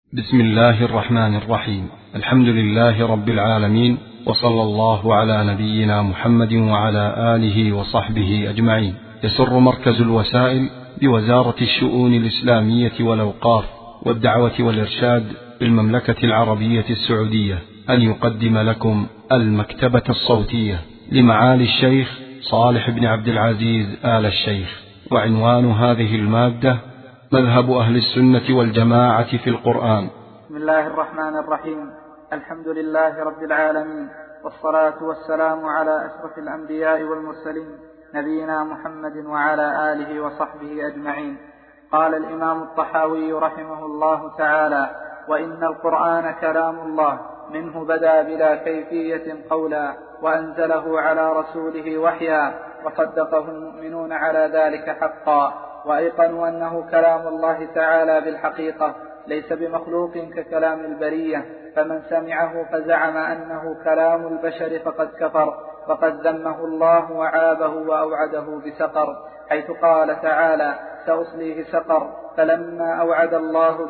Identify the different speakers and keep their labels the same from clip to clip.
Speaker 1: بسم الله الرحمن الرحيم. الحمد لله رب العالمين، وصلى الله على نبينا محمد وعلى آله وصحبه أجمعين. يسر مركز الوسائل بوزارة الشؤون الإسلامية والأوقاف والدعوة والإرشاد بالمملكة العربية السعودية أن يقدم لكم المكتبة الصوتية لمعالي الشيخ صالح بن عبد العزيز آل الشيخ. وعنوان هذه المادة: مذهب أهل السنة والجماعة في القرآن.
Speaker 2: بسم الله الرحمن الرحيم. الحمد لله رب العالمين، والصلاة والسلام على أشرف الأنبياء والمرسلين نبينا محمد وعلى آله وصحبه أجمعين. قال الإمام الطحاوي رحمه الله تعالى: وإن القرآن كلام الله، منه بدأ بلا كيفية قولا، وأنزله على رسوله وحيا، وصدقه المؤمنون على ذلك حقا، وأيقنوا أنه كلام الله تعالى بالحقيقة، ليس بمخلوق ككلام البرية، فمن سمعه فزعم أنه كلام البشر فقد كفر، وقد ذمه الله وعابه وأوعده بسقر، حيث قال تعالى: سأصليه سقر. فلما أوعد الله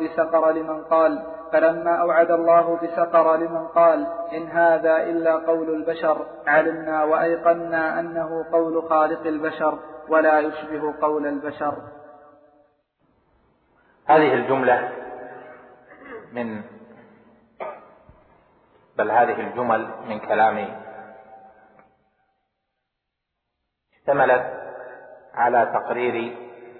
Speaker 2: بسقر لمن قال إن هذا إلا قول البشر، علمنا وأيقنا أنه قول خالق البشر ولا يشبه قول البشر.
Speaker 3: هذه الجملة هذه الجمل من كلامي اشتملت على تقرير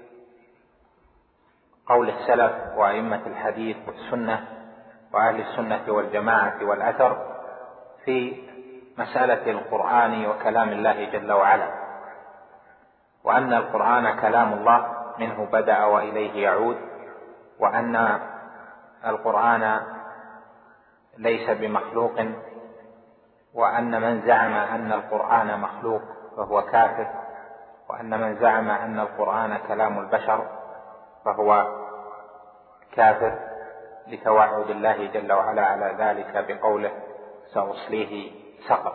Speaker 3: قول السلف وأئمة الحديث والسنة وأهل السنة والجماعة والأثر في مسألة القرآن وكلام الله جل وعلا، وأن القرآن كلام الله، منه بدأ وإليه يعود، وأن القرآن ليس بمخلوق، وأن من زعم أن القرآن مخلوق فهو كافر، وأن من زعم أن القرآن كلام البشر فهو كافر، لتوعد الله جل وعلا على ذلك بقوله: سأصليه سقر.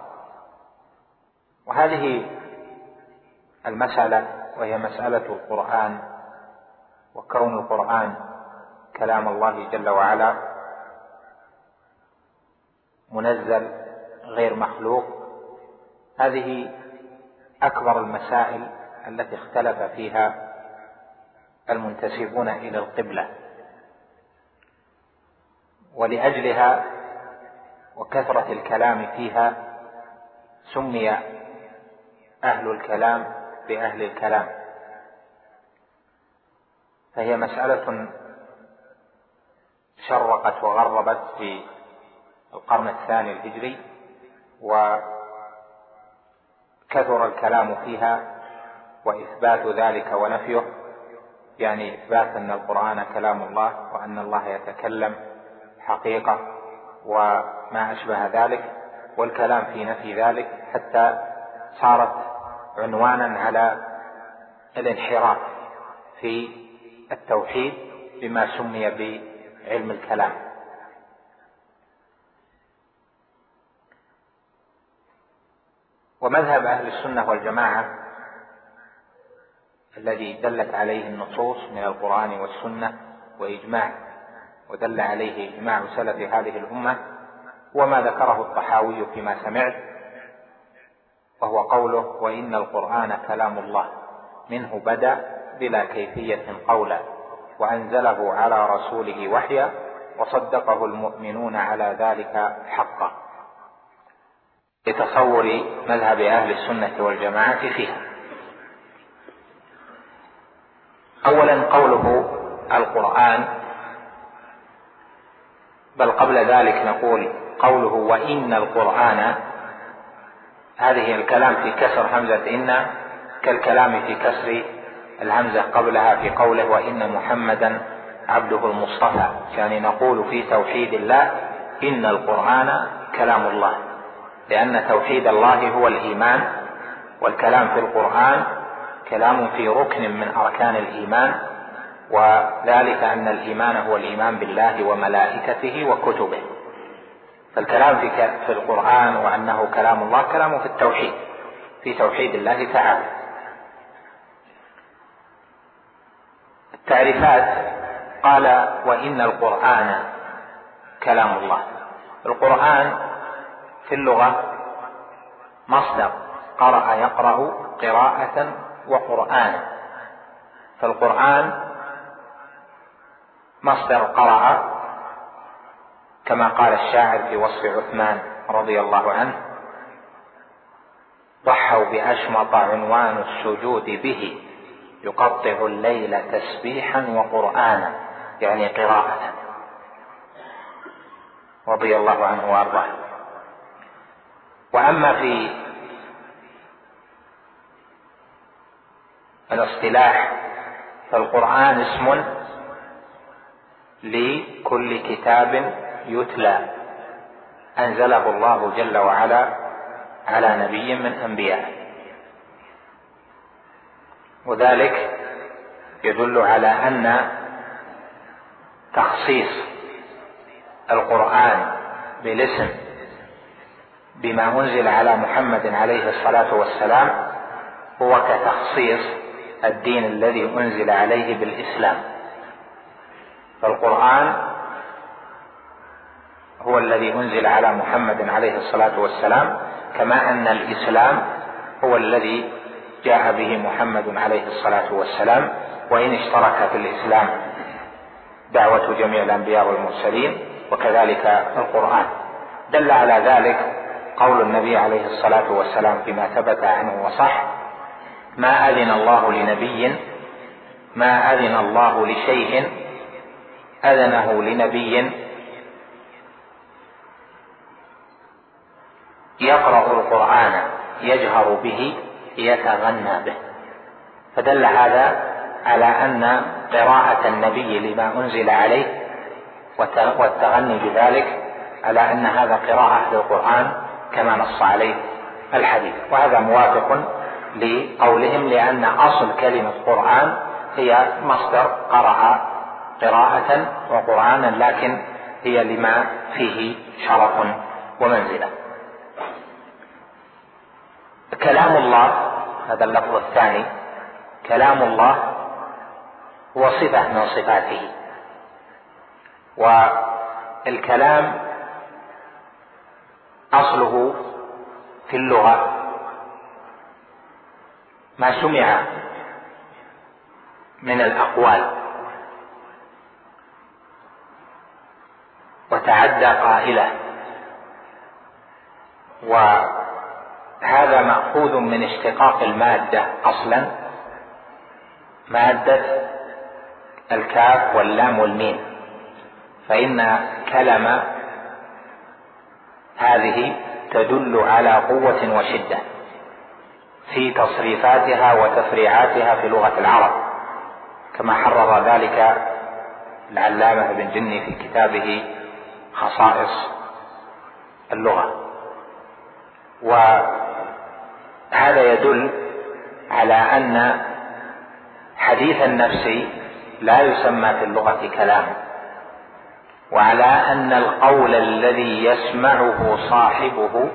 Speaker 3: وهذه المسألة، وهي مسألة القرآن وكون القرآن كلام الله جل وعلا منزل غير مخلوق، هذه أكبر المسائل التي اختلف فيها المنتسبون إلى القبلة، ولأجلها وكثرة الكلام فيها سمي أهل الكلام بأهل الكلام. فهي مسألة شرقت وغربت في القرن الثاني الهجري، وكثر الكلام فيها وإثبات ذلك ونفيه، يعني إثبات أن القرآن كلام الله وأن الله يتكلم حقيقة وما أشبه ذلك، والكلام في نفي ذلك، حتى صارت عنوانا على الانحراف في التوحيد بما سمي بعلم الكلام. ومذهب أهل السنة والجماعة الذي دلت عليه النصوص من القرآن والسنة وإجماع، ودل عليه إجماع سلف هذه الأمة، وما ذكره الطحاوي فيما سمعت، وهو قوله: وإن القرآن كلام الله، منه بدأ بلا كيفية قولا، وأنزله على رسوله وحيا، وصدقه المؤمنون على ذلك حقا، لتصور مذهب أهل السنة والجماعة فيها. أولا قوله القرآن، بل قبل ذلك نقول قوله وإن القرآن، هذه الكلام في كسر همزة إن كالكلام في كسر الهمزة قبلها في قوله وإن محمدا عبده المصطفى، يعني نقول في توحيد الله إن القرآن كلام الله، لأن توحيد الله هو الإيمان، والكلام في القرآن كلام في ركن من أركان الإيمان، وذلك أن الإيمان هو الإيمان بالله وملائكته وكتبه. فالكلام في القرآن وأنه كلام الله كلام في التوحيد، في توحيد الله تعالى. التعريفات: قال وإن القرآن كلام الله. القرآن في اللغة مصدر قرأ يقرأ قراءة وقرآنا، فالقرآن مصدر قرأ، كما قال الشاعر في وصف عثمان رضي الله عنه: ضحوا بأشمط عنوان السجود به، يقطع الليل تسبيحا وقرآنا، يعني قراءة، رضي الله عنه وارضاه. واما في الاصطلاح فالقرآن اسم لكل كتاب يتلى انزله الله جل وعلا على نبي من انبيائه، وذلك يدل على ان تخصيص القرآن بالاسم بما انزل على محمد عليه الصلاة والسلام هو كتخصيص الدين الذي انزل عليه بالاسلام. فالقرآن هو الذي انزل على محمد عليه الصلاة والسلام، كما ان الاسلام هو الذي جاء به محمد عليه الصلاة والسلام، وان اشترك في الاسلام دعوة جميع الانبياء والمرسلين، وكذلك القرآن. دل على ذلك قول النبي عليه الصلاة والسلام فيما ثبت عنه وصح: ما أذن الله لشيء أذنه لنبي يقرأ القرآن يجهر به يتغنى به. فدل هذا على أن قراءة النبي لما أنزل عليه والتغني بذلك على أن هذا قراءة للقرآن كما نص عليه الحديث، وهذا موافق لقولهم، لأن أصل كلمة قرآن هي مصدر قرأ قراءة وقرآنا، لكن هي لما فيه شرف ومنزلة. كلام الله، هذا اللفظ الثاني، كلام الله هو صفة من صفاته، والكلام أصله في اللغة ما سمع من الأقوال وتعدى قائله، وهذا مأخوذ من اشتقاق المادة أصلا، مادة الكاف واللام والميم، فإن كلمة هذه تدل على قوة وشدة في تصريفاتها وتفريعاتها في لغة العرب، كما حرر ذلك العلامة ابن جني في كتابه خصائص اللغة. وهذا يدل على أن حديث النفس لا يسمى في اللغة كلام، وعلى أن القول الذي يسمعه صاحبه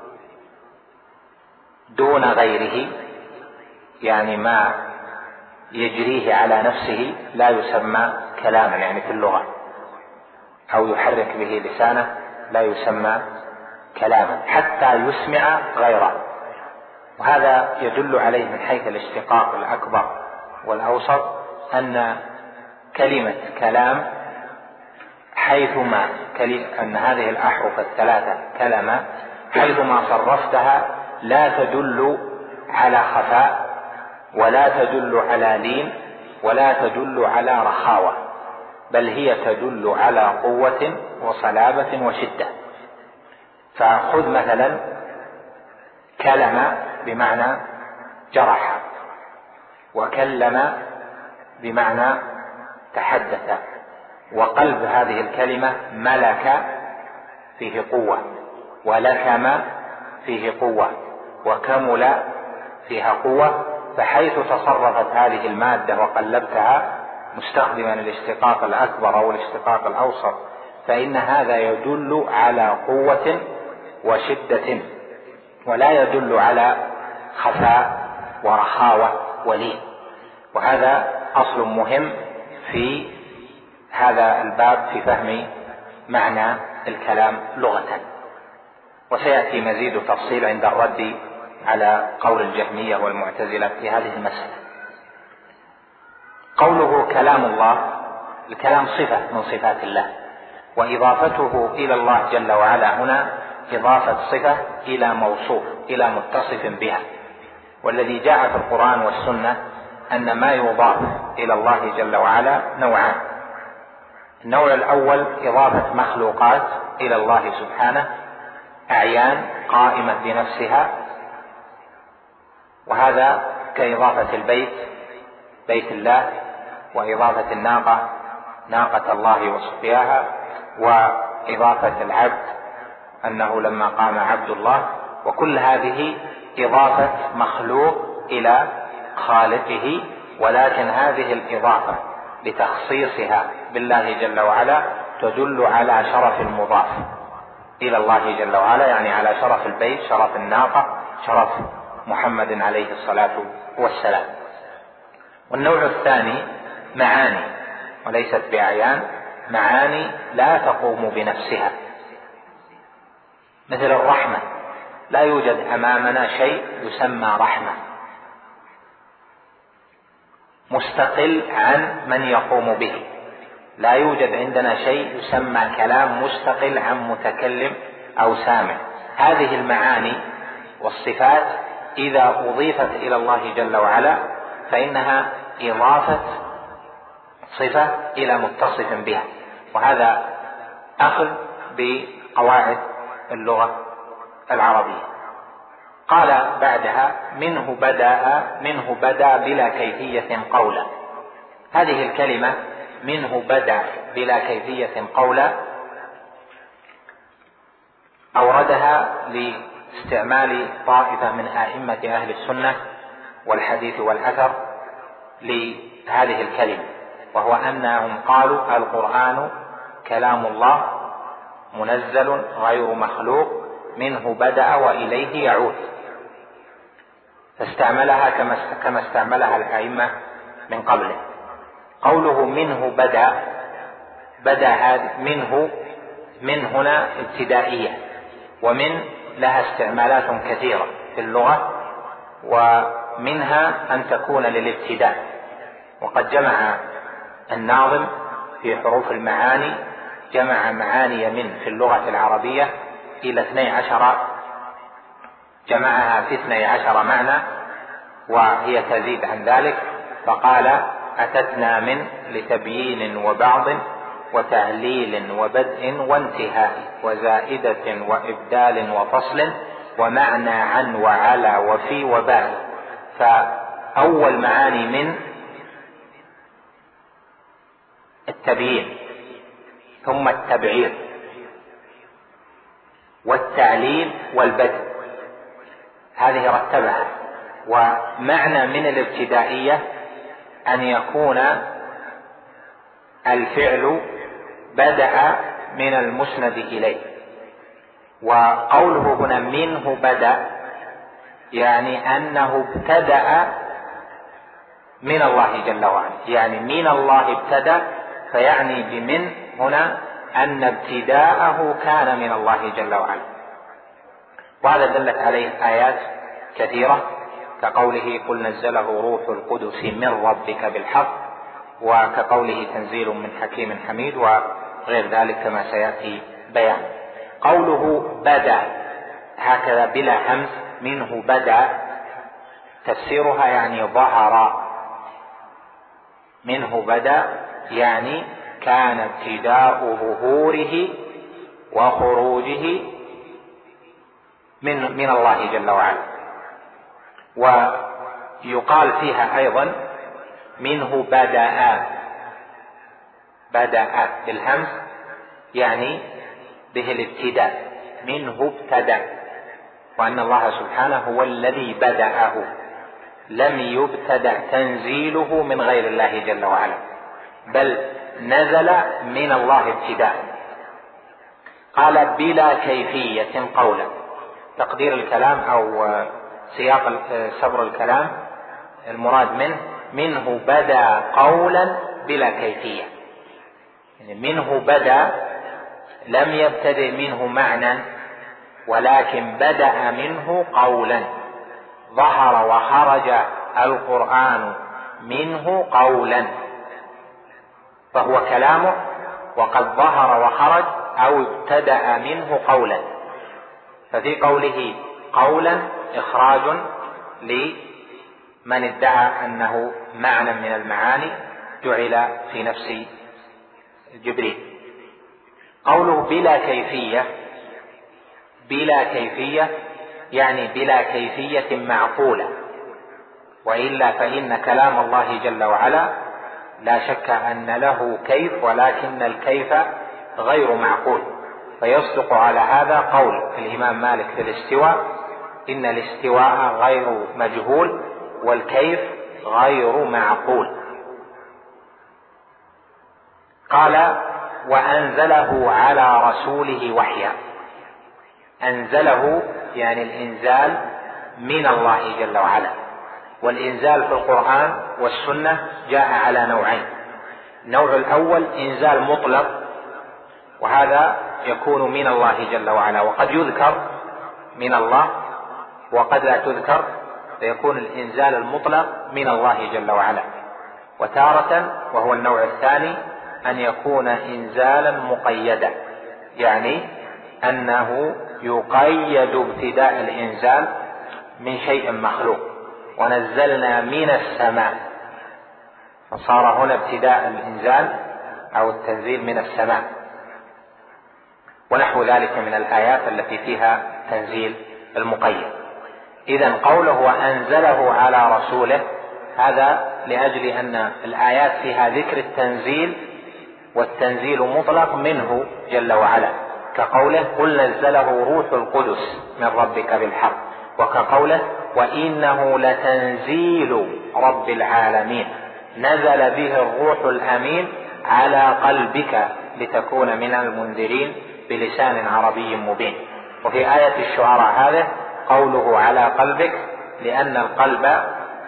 Speaker 3: دون غيره، يعني ما يجريه على نفسه، لا يسمى كلاما يعني في اللغة، أو يحرك به لسانه لا يسمى كلاما حتى يسمع غيره. وهذا يدل عليه من حيث الاشتقاق الأكبر والأوسط أن كلمة كلام حيثما أن هذه الأحرف الثلاثة كلمة حيثما صرفتها لا تدل على خفاء، ولا تدل على لين، ولا تدل على رخاوة، بل هي تدل على قوة وصلابة وشدة. فخذ مثلا كلم بمعنى جرح، وكلم بمعنى تحدث، وقلب هذه الكلمة ملك فيه قوة، ولكم فيه قوة، وكمل فيها قوة. فحيث تصرفت هذه المادة وقلبتها مستخدما الاشتقاق الأكبر أو الاشتقاق الأوسط، فإن هذا يدل على قوة وشدة، ولا يدل على خفاء ورخاوة ولين. وهذا أصل مهم في هذا الباب في فهم معنى الكلام لغة. وسيأتي مزيد تفصيل عند الرد على قول الجهمية والمعتزلة في هذه المسألة. قوله كلام الله، الكلام صفة من صفات الله، وإضافته إلى الله جل وعلا هنا إضافة صفة إلى موصوف، إلى متصف بها. والذي جاء في القرآن والسنة أن ما يضاف إلى الله جل وعلا نوعان: النوع الأول إضافة مخلوقات إلى الله سبحانه، أعيان قائمة بنفسها، وهذا كإضافة البيت بيت الله، وإضافة الناقة ناقة الله وسقياها، وإضافة العبد أنه لما قام عبد الله. وكل هذه إضافة مخلوق إلى خالقه، ولكن هذه الإضافة لتخصيصها بالله جل وعلا تدل على شرف المضاف إلى الله جل وعلا، يعني على شرف البيت، شرف الناقة، شرف محمد عليه الصلاة والسلام. والنوع الثاني معاني، وليست بأعيان، معاني لا تقوم بنفسها، مثل الرحمة. لا يوجد أمامنا شيء يسمى رحمة مستقل عن من يقوم به، لا يوجد عندنا شيء يسمى كلام مستقل عن متكلم أو سامع. هذه المعاني والصفات إذا أضيفت إلى الله جل وعلا فإنها إضافة صفة إلى متصف بها، وهذا أخذ بقواعد اللغة العربية. قال بعدها منه بدأ بلا كيفية قولا. هذه الكلمة منه بدأ بلا كيفية قولا أوردها لاستعمال طائفة من أئمة أهل السنة والحديث والأثر لهذه الكلمة، وهو أنهم قالوا القرآن كلام الله منزل غير مخلوق، منه بدأ وإليه يعود، فاستعملها كما استعملها الأئمة من قبله. قوله منه بدأ من هنا ابتدائية، ومن لها استعمالات كثيرة في اللغة، ومنها أن تكون للابتداء. وقد جمع الناظم في حروف المعاني، جمع معاني من في اللغة العربية إلى 12، جمعها في 12 معنى، وهي تزيد عن ذلك، فقال أتتنا من لتبيين وبعض وتهليل وبدء وانتهاء وزائدة وإبدال وفصل ومعنى عن وعلى وفي وباء. فأول معاني من التبيين، ثم التبعير والتعليل والبدء، هذه رتبها. ومعنى من الابتدائية أن يكون الفعل بدأ من المسند إليه. وقوله هنا منه بدأ يعني أنه ابتدأ من الله جل وعلا، يعني من الله ابتدأ، فيعني بمن هنا أن ابتداءه كان من الله جل وعلا. وهذا دلت عليه آيات كثيرة كقوله قل نزله روح القدس من ربك بالحق، وكقوله تنزيل من حكيم حميد، وغير ذلك كما سيأتي بيان. قوله بدأ هكذا بلا همز، منه بدأ، تفسيرها يعني ظهر. منه بدأ يعني كان ابتداء ظهوره وخروجه من الله جل وعلا. ويقال فيها أيضا منه بدأ بالهمز يعني به الابتداء، منه ابتدأ، وأن الله سبحانه هو الذي بدأه، لم يبتدأ تنزيله من غير الله جل وعلا، بل نزل من الله ابتداء. قال بلا كيفية قولا، تقدير الكلام أو سياق صبر الكلام المراد منه بدأ قولا بلا كيفية، يعني منه بدأ لم يبتدئ منه معنى ولكن بدأ منه قولا، ظهر وخرج القرآن منه قولا، فهو كلامه وقد ظهر وخرج أو ابتدأ منه قولا. ففي قوله قولا إخراج لمن ادعى أنه معنى من المعاني جعل في نفس جبريل. قوله بلا كيفية، بلا كيفية يعني بلا كيفية معقولة، وإلا فإن كلام الله جل وعلا لا شك أن له كيف، ولكن الكيف غير معقول. فيصدق على هذا قول الإمام مالك في الاستواء: إن الاستواء غير مجهول والكيف غير معقول. قال: وأنزله على رسوله وحيا. أنزله يعني الإنزال من الله جل وعلا، والإنزال في القرآن والسنة جاء على نوعين: النوع الأول إنزال مطلق، وهذا يكون من الله جل وعلا، وقد يذكر من الله وقد لا تذكر، فيكون الإنزال المطلق من الله جل وعلا. وتارة، وهو النوع الثاني، أن يكون إنزالا مقيدا، يعني أنه يقيد ابتداء الإنزال من شيء مخلوق: ونزلنا من السماء، فصار هنا ابتداء الإنزال أو التنزيل من السماء، ونحو ذلك من الآيات التي فيها تنزيل المقيد. إذن قوله وأنزله على رسوله هذا لأجل أن الآيات فيها ذكر التنزيل، والتنزيل مطلق منه جل وعلا، كقوله: قل نزله روح القدس من ربك بالحق، وكقوله: وإنه لتنزيل رب العالمين نزل به الروح الأمين على قلبك لتكون من المنذرين بلسان عربي مبين. وفي آية الشعراء هذه قوله على قلبك، لأن القلب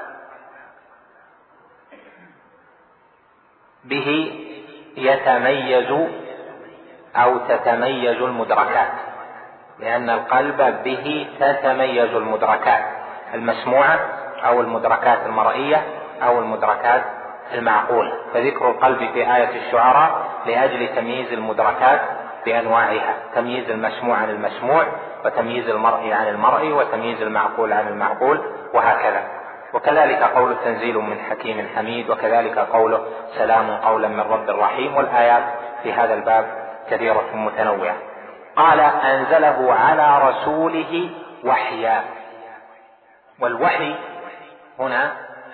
Speaker 3: به يتميز أو تتميز المدركات، لأن القلب به تتميز المدركات المسموعة أو المدركات المرئية أو المدركات المعقولة. فذكر القلب في آية الشعراء لأجل تمييز المدركات بأنواعها: تمييز المسموع عن المسموع، وتمييز المرئي عن المرئي، وتمييز المعقول عن المعقول، وهكذا. وكذلك قول تنزيل من حكيم حميد، وكذلك قوله سلام قولا من رب رحيم. والآيات في هذا الباب كثيرة متنوعة. قال: أنزله على رسوله وحيا. والوحي هنا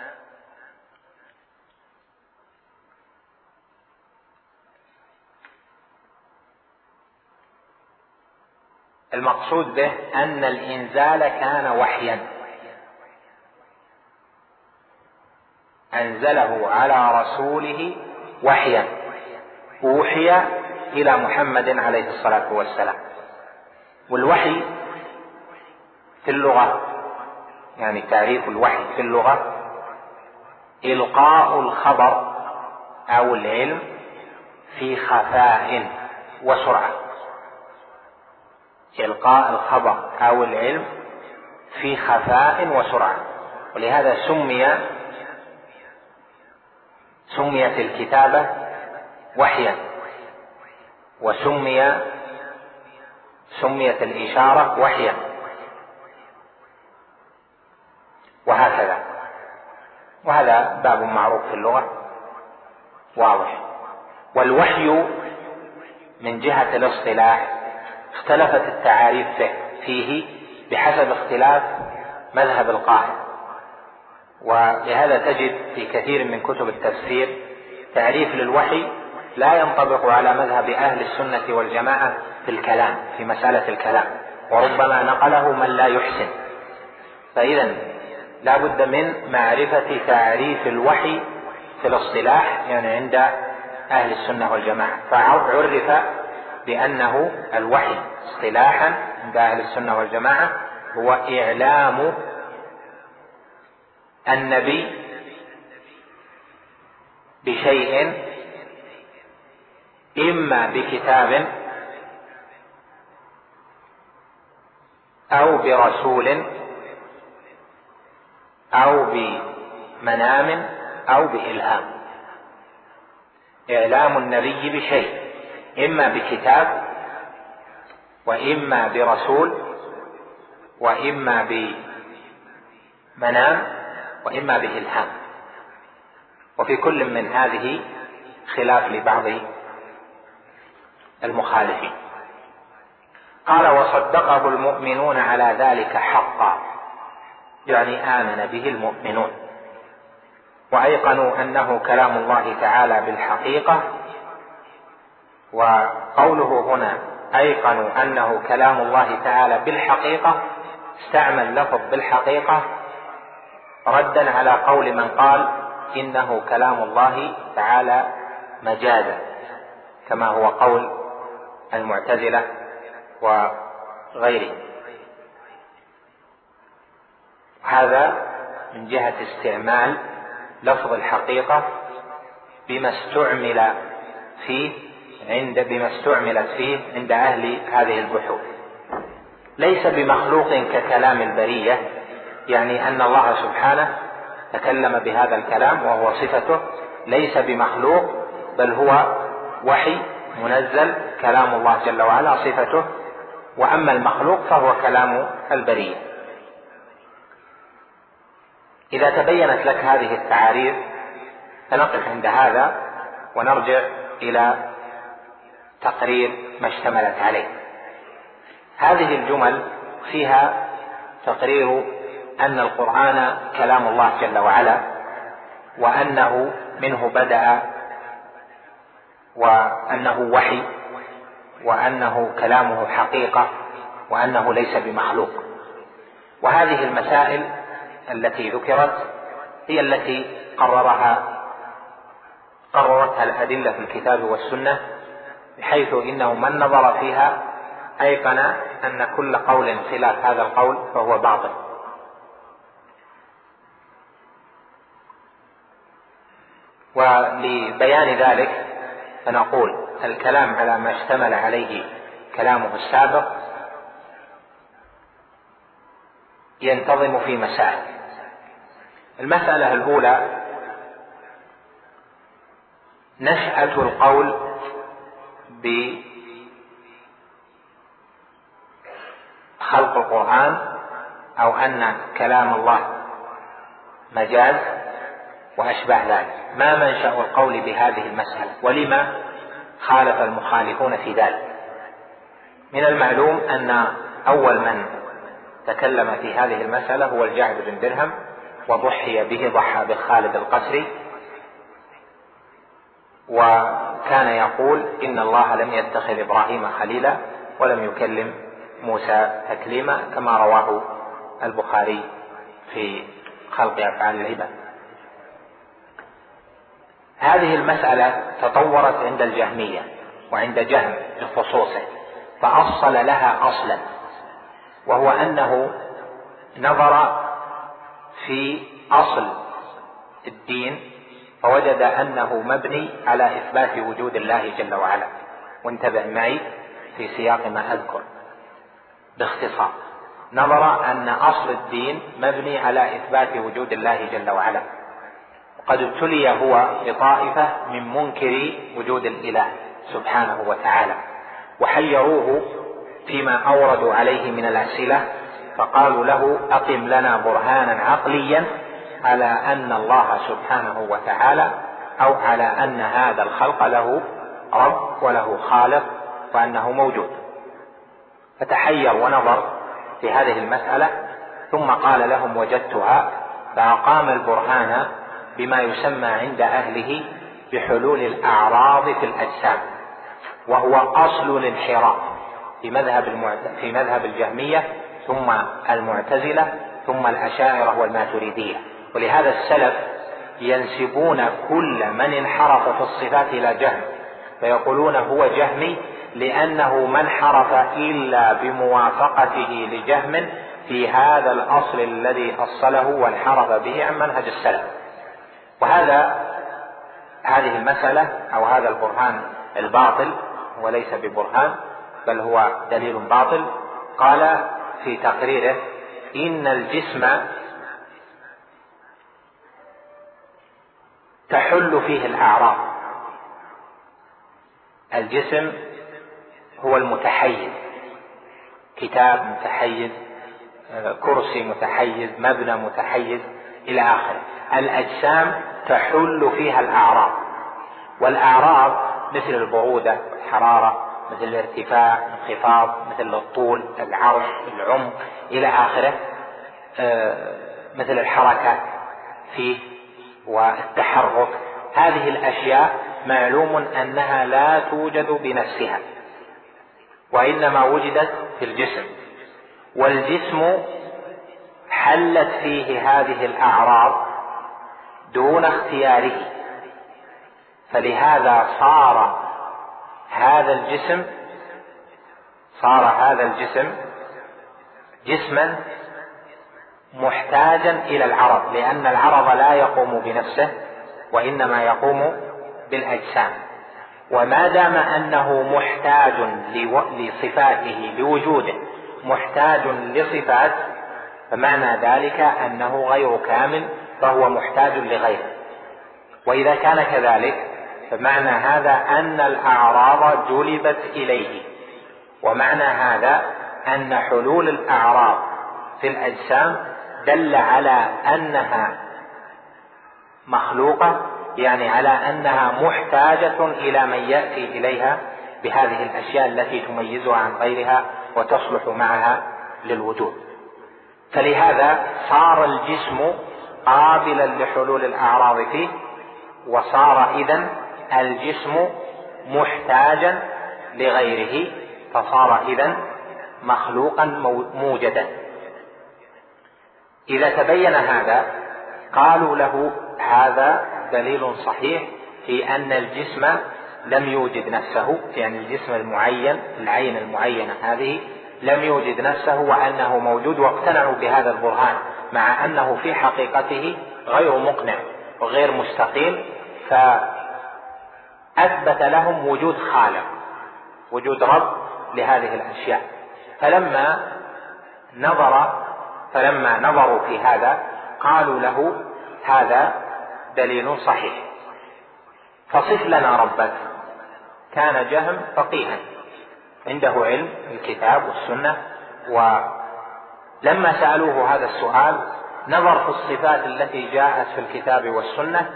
Speaker 3: المقصود به أن الإنزال كان وحيا، أنزله على رسوله وحيا، أوحي إلى محمد عليه الصلاة والسلام. والوحي في اللغة، يعني تعريف الوحي في اللغة: إلقاء الخبر أو العلم في خفاء وسرعة. إلقاء الخبر أو العلم في خفاء وسرعة. ولهذا سميت الكتابة وحيا، سميت الإشارة وحيا، وهكذا. وهذا باب معروف في اللغة واضح. والوحي من جهة الاصطلاح اختلفت التعاريف فيه بحسب اختلاف مذهب القائل، ولهذا تجد في كثير من كتب التفسير تعريف للوحي لا ينطبق على مذهب أهل السنة والجماعة في الكلام، في مسألة الكلام، وربما نقله من لا يحسن. فإذا لا بد من معرفة تعريف الوحي في الاصطلاح، يعني عند أهل السنة والجماعة. فعرف بأنه الوحي اصطلاحا عند أهل السنة والجماعة هو إعلام النبي بشيء إما بكتاب أو برسول أو بمنام أو بإلهام. إعلام النبي بشيء إما بكتاب وإما برسول وإما بمنام وإما بإلهام، وفي كل من هذه خلاف لبعض المخالفين. قال: وصدقه المؤمنون على ذلك حقا، يعني آمن به المؤمنون وأيقنوا أنه كلام الله تعالى بالحقيقة. وقوله هنا أيقنوا أنه كلام الله تعالى بالحقيقة، استعمل لفظ بالحقيقة ردا على قول من قال إنه كلام الله تعالى مجازا، كما هو قول المعتزلة وغيره. هذا من جهة استعمال لفظ الحقيقة بما استعملت فيه عند أهل هذه البحوث. ليس بمخلوق ككلام البرية، يعني أن الله سبحانه تكلم بهذا الكلام وهو صفته، ليس بمخلوق بل هو وحي منزل، كلام الله جل وعلا صفته، وأما المخلوق فهو كلام البرية. إذا تبينت لك هذه التعاريف فنقف عند هذا ونرجع إلى تقرير ما اشتملت عليه. هذه الجمل فيها تقرير أن القرآن كلام الله جل وعلا، وأنه منه بدأ، وأنه وحي، وأنه كلامه حقيقة، وأنه ليس بمخلوق. وهذه المسائل التي ذكرت هي التي قررتها الأدلة في الكتاب والسنة، بحيث إنه من نظر فيها أيقن أن كل قول خلاف هذا القول فهو باطل. ولبيان ذلك فنقول: الكلام على ما اشتمل عليه كلامه السابق ينتظم في مسائل. المسألة الأولى: نشأة القول بخلق القرآن أو أن كلام الله مجاز وأشبه ذلك. ما منشأ القول بهذه المسألة، ولما خالف المخالفون في ذلك؟ من المعلوم أن أول من تكلم في هذه المسألة هو الجعد بن درهم، وضحي به، ضحى بخالد القسري، وكان يقول إن الله لم يتخذ إبراهيم خليلا ولم يكلم موسى تكليما، كما رواه البخاري في خلق أفعال العباد. هذه المسألة تطورت عند الجهمية وعند جهم بخصوصه، فأصل لها أصلا، وهو أنه نظر في أصل الدين فوجد أنه مبني على إثبات وجود الله جل وعلا. وانتبه معي في سياق ما أذكر باختصار. نظر أن أصل الدين مبني على إثبات وجود الله جل وعلا، وقد ابتلي هو بطائفة من منكر وجود الإله سبحانه وتعالى، وحيروه فيما أوردوا عليه من الأسئلة، فقالوا له: أقم لنا برهانا عقليا على أن الله سبحانه وتعالى، أو على أن هذا الخلق له رب وله خالق وأنه موجود. فتحير ونظر في هذه المسألة، ثم قال لهم: وجدتها. فأقام البرهان بما يسمى عند أهله بحلول الأعراض في الأجسام، وهو أصل الانحراف في مذهب الجهمية، ثم المعتزلة، ثم الأشاعرة والماتريدية. ولهذا السلف ينسبون كل من انحرف في الصفات إلى جهم، فيقولون هو جهمي لأنه ما انحرف إلا بموافقته لجهم في هذا الأصل الذي أصله وانحرف به عن منهج السلف. هذه المسألة أو هذا البرهان الباطل وليس ببرهان بل هو دليل باطل. قال: في تقريره إن الجسم تحل فيه الأعراض. الجسم هو المتحيز، كتاب متحيز، كرسي متحيز، مبنى متحيز إلى آخره. الأجسام تحل فيها الأعراض، والأعراض مثل البرودة، الحرارة، مثل الارتفاع، الانخفاض، مثل الطول، العرض، العمق إلى آخره، مثل الحركة فيه والتحرك. هذه الأشياء معلوم أنها لا توجد بنفسها، وإنما وجدت في الجسم، والجسم حلت فيه هذه الأعراض دون اختياره، فلهذا صار هذا الجسم جسما محتاجا إلى العرض، لأن العرض لا يقوم بنفسه وإنما يقوم بالأجسام. وما دام أنه محتاج لصفاته، لوجوده محتاج لصفات، فمعنى ذلك أنه غير كامل، فهو محتاج لغيره. وإذا كان كذلك فمعنى هذا أن الأعراض جلبت إليه، ومعنى هذا أن حلول الأعراض في الأجسام دل على أنها مخلوقة، يعني على أنها محتاجة إلى من يأتي إليها بهذه الأشياء التي تميزها عن غيرها وتصلح معها للوجود. فلهذا صار الجسم قابلا لحلول الأعراض فيه، وصار إذن الجسم محتاجا لغيره، فصار إذن مخلوقا موجدا. إذا تبين هذا قالوا له هذا دليل صحيح في أن الجسم لم يوجد نفسه، يعني الجسم المعين، العين المعينة هذه لم يوجد نفسه وأنه موجود، واقتنعوا بهذا البرهان مع أنه في حقيقته غير مقنع وغير مستقيم، فأثبت لهم وجود خالق، وجود رب لهذه الأشياء. فلما نظروا في هذا قالوا له هذا دليل صحيح، فصف لنا ربك. كان جهم فقيها عنده علم الكتاب والسنة، ولما سألوه هذا السؤال نظر في الصفات التي جاءت في الكتاب والسنة،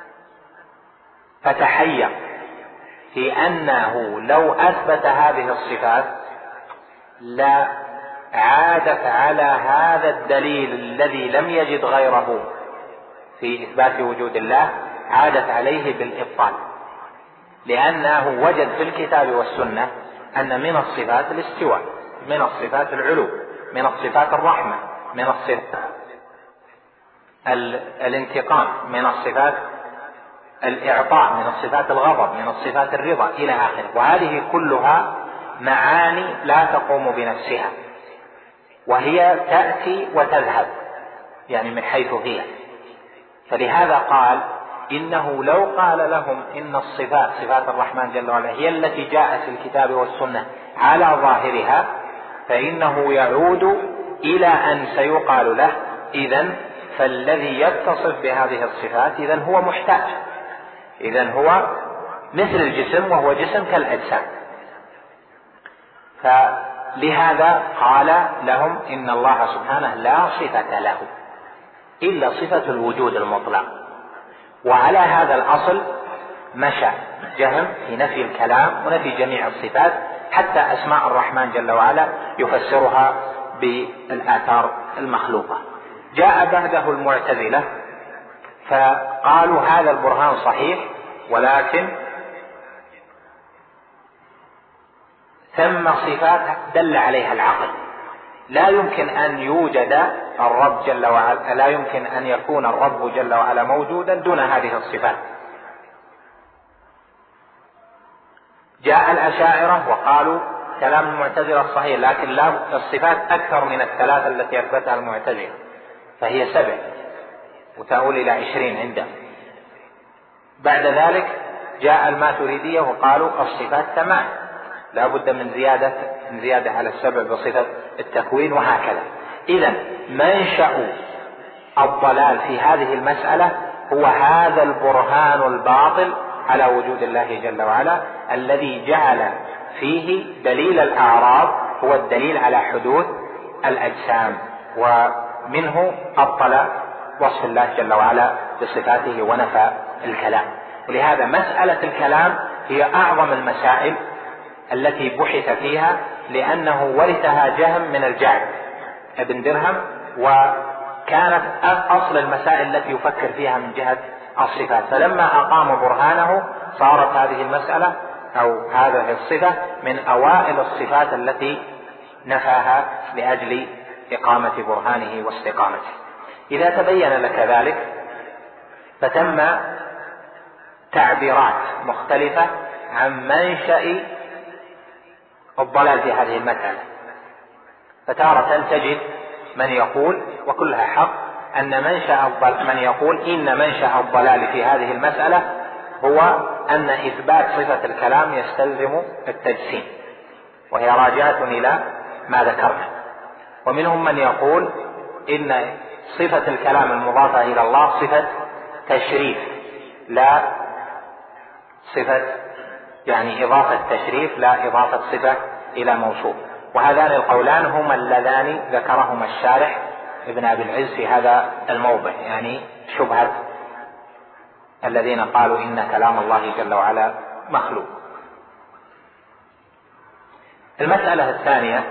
Speaker 3: فتحير في أنه لو أثبت هذه الصفات لا عادت على هذا الدليل الذي لم يجد غيره في إثبات وجود الله، عادت عليه بالإبطال، لأنه وجد في الكتاب والسنة أن من الصفات الاستواء، من الصفات العلو، من الصفات الرحمة، من الصفات الانتقام، من الصفات الإعطاء، من الصفات الغضب، من الصفات الرضا إلى آخره. وهذه كلها معاني لا تقوم بنفسها، وهي تأتي وتذهب، يعني من حيث هي. فلهذا قال إنه لو قال لهم إن الصفات، صفات الرحمن جل وعلا، هي التي جاءت في الكتاب والسنة على ظاهرها، فإنه يعود إلى أن سيقال له إذن فالذي يتصف بهذه الصفات إذن هو محتاج، إذن هو مثل الجسم، وهو جسم كالأجسام. فلهذا قال لهم إن الله سبحانه لا صفة له إلا صفة الوجود المطلق. وعلى هذا الأصل مشى جهم في نفي الكلام ونفي جميع الصفات، حتى أسماء الرحمن جل وعلا يفسرها بالآثار المخلوقة. جاء بعده المعتزلة فقالوا هذا البرهان صحيح، ولكن ثم صفات دل عليها العقل، لا يمكن أن يوجد الرب جل وعلا، لا يمكن أن يكون الرب جل وعلا موجودا دون هذه الصفات. جاء الأشاعرة وقالوا كلام المعتزلة صحيح، لكن لا، الصفات أكثر من الثلاثة التي أثبتها المعتزلة، فهي 7 وتؤول إلى 20 عندهم. بعد ذلك جاء الماتريدية وقالوا الصفات 8، لا بد من زيادة زيادة على السبع بصفة التكوين وهكذا. إذن منشأ الضلال في هذه المسألة هو هذا البرهان الباطل على وجود الله جل وعلا الذي جعل فيه دليل الأعراض هو الدليل على حدوث الأجسام، ومنه أبطل وصف الله جل وعلا بصفاته ونفى الكلام. ولهذا مسألة الكلام هي أعظم المسائل التي بحث فيها، لأنه ورثها جهم من الجعد ابن درهم، وكانت أصل المسائل التي يفكر فيها من جهة الصفات، فلما أقام برهانه صارت هذه المسألة أو هذه الصفة من أوائل الصفات التي نفاها لأجل إقامة برهانه واستقامته. إذا تبين لك ذلك فتم تعبيرات مختلفة عن منشأ الضلال في هذه المسألة، فتارة تجد من يقول وكلها حق أن من يقول إن منشأ الضلال في هذه المسألة هو أن إثبات صفة الكلام يستلزم التجسيم، وهي راجعة إلى ما ذكرنا. ومنهم من يقول إن صفة الكلام المضافة إلى الله صفة تشريف، لا صفة يعني إضافة تشريف لا إضافة صفة إلى موصوف. وهذان القولان هما اللذان ذكرهما الشارح ابن أبي العز في هذا الموضع، يعني شبهة الذين قالوا إن كلام الله جل وعلا مخلوق. المسألة الثانية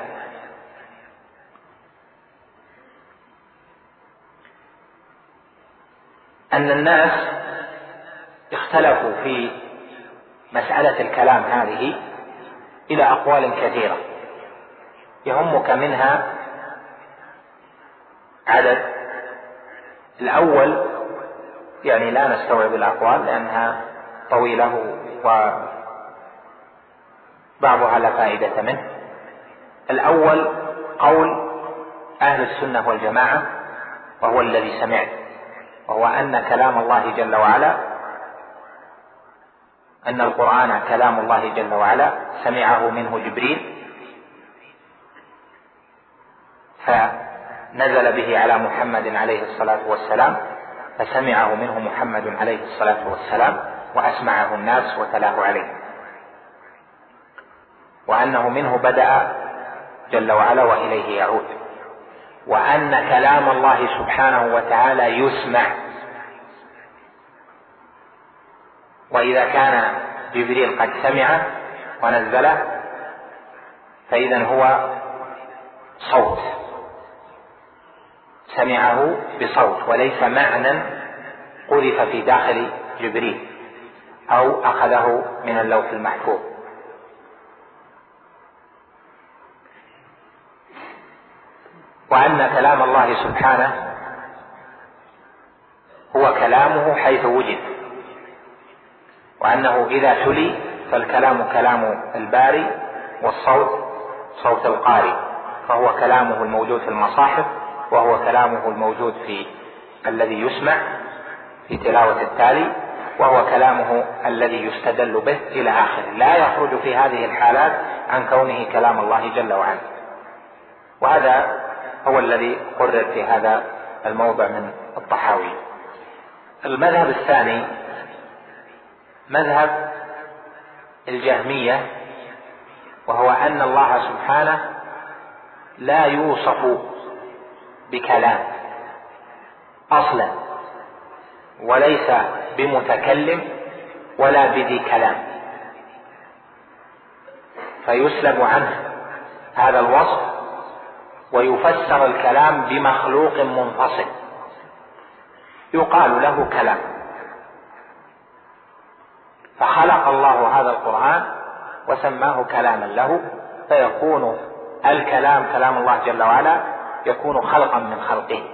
Speaker 3: أن الناس اختلفوا في مسألة الكلام هذه إلى أقوال كثيرة، يهمك منها عدد. الأول يعني لا نستوعب الأقوال لأنها طويلة وبعضها لا فائدة منه. الأول قول أهل السنة والجماعة وهو الذي سمعت، وهو أن كلام الله جل وعلا، أن القرآن كلام الله جل وعلا سمعه منه جبريل فنزل به على محمد عليه الصلاة والسلام، فسمعه منه محمد عليه الصلاة والسلام وأسمعه الناس وتلاه عليه، وأنه منه بدأ جل وعلا وإليه يعود، وأن كلام الله سبحانه وتعالى يسمع، وإذا كان جبريل قد سمعه ونزله فإذن هو صوت، سمعه بصوت وليس معنى قذف في داخل جبريل أو أخذه من اللوح المحفوظ. وأن كلام الله سبحانه هو كلامه حيث وجد، وأنه إذا تلي فالكلام كلام الباري والصوت صوت القارئ، فهو كلامه الموجود في المصاحف، وهو كلامه الموجود في الذي يسمع في تلاوة التالي، وهو كلامه الذي يستدل به إلى آخره، لا يخرج في هذه الحالات عن كونه كلام الله جل وعلا. وهذا هو الذي قرر في هذا الموضع من الطحاوي. المذهب الثاني مذهب الجهمية، وهو أن الله سبحانه لا يوصف بكلام أصلا، وليس بمتكلم ولا بذي كلام، فيسلب عنه هذا الوصف ويفسر الكلام بمخلوق منفصل يقال له كلام. فخلق الله هذا القرآن وسماه كلاما له، فيكون الكلام كلام الله جل وعلا يكون خلقا من خلقه.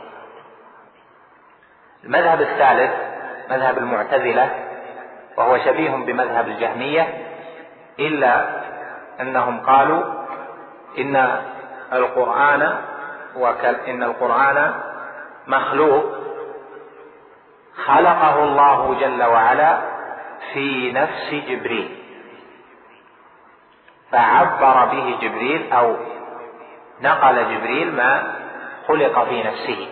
Speaker 3: المذهب الثالث مذهب المعتزلة، وهو شبيه بمذهب الجهمية، إلا أنهم قالوا إن القرآن مخلوق خلقه الله جل وعلا في نفس جبريل، فعبر به جبريل أو نقل جبريل ما خلق في نفسه،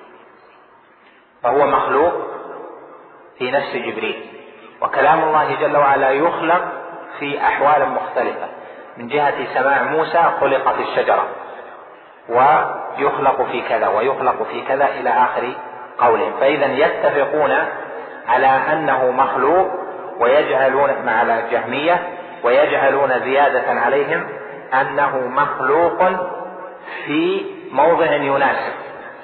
Speaker 3: فهو مخلوق في نفس جبريل. وكلام الله جل وعلا يخلق في أحوال مختلفة، من جهة سماع موسى خلق في الشجرة، ويخلق في كذا ويخلق في كذا إلى آخر قولهم. فإذا يتفقون على أنه مخلوق، ويجعلون مع الجهمية ويجعلون زيادة عليهم أنه مخلوق في موضع يناسب.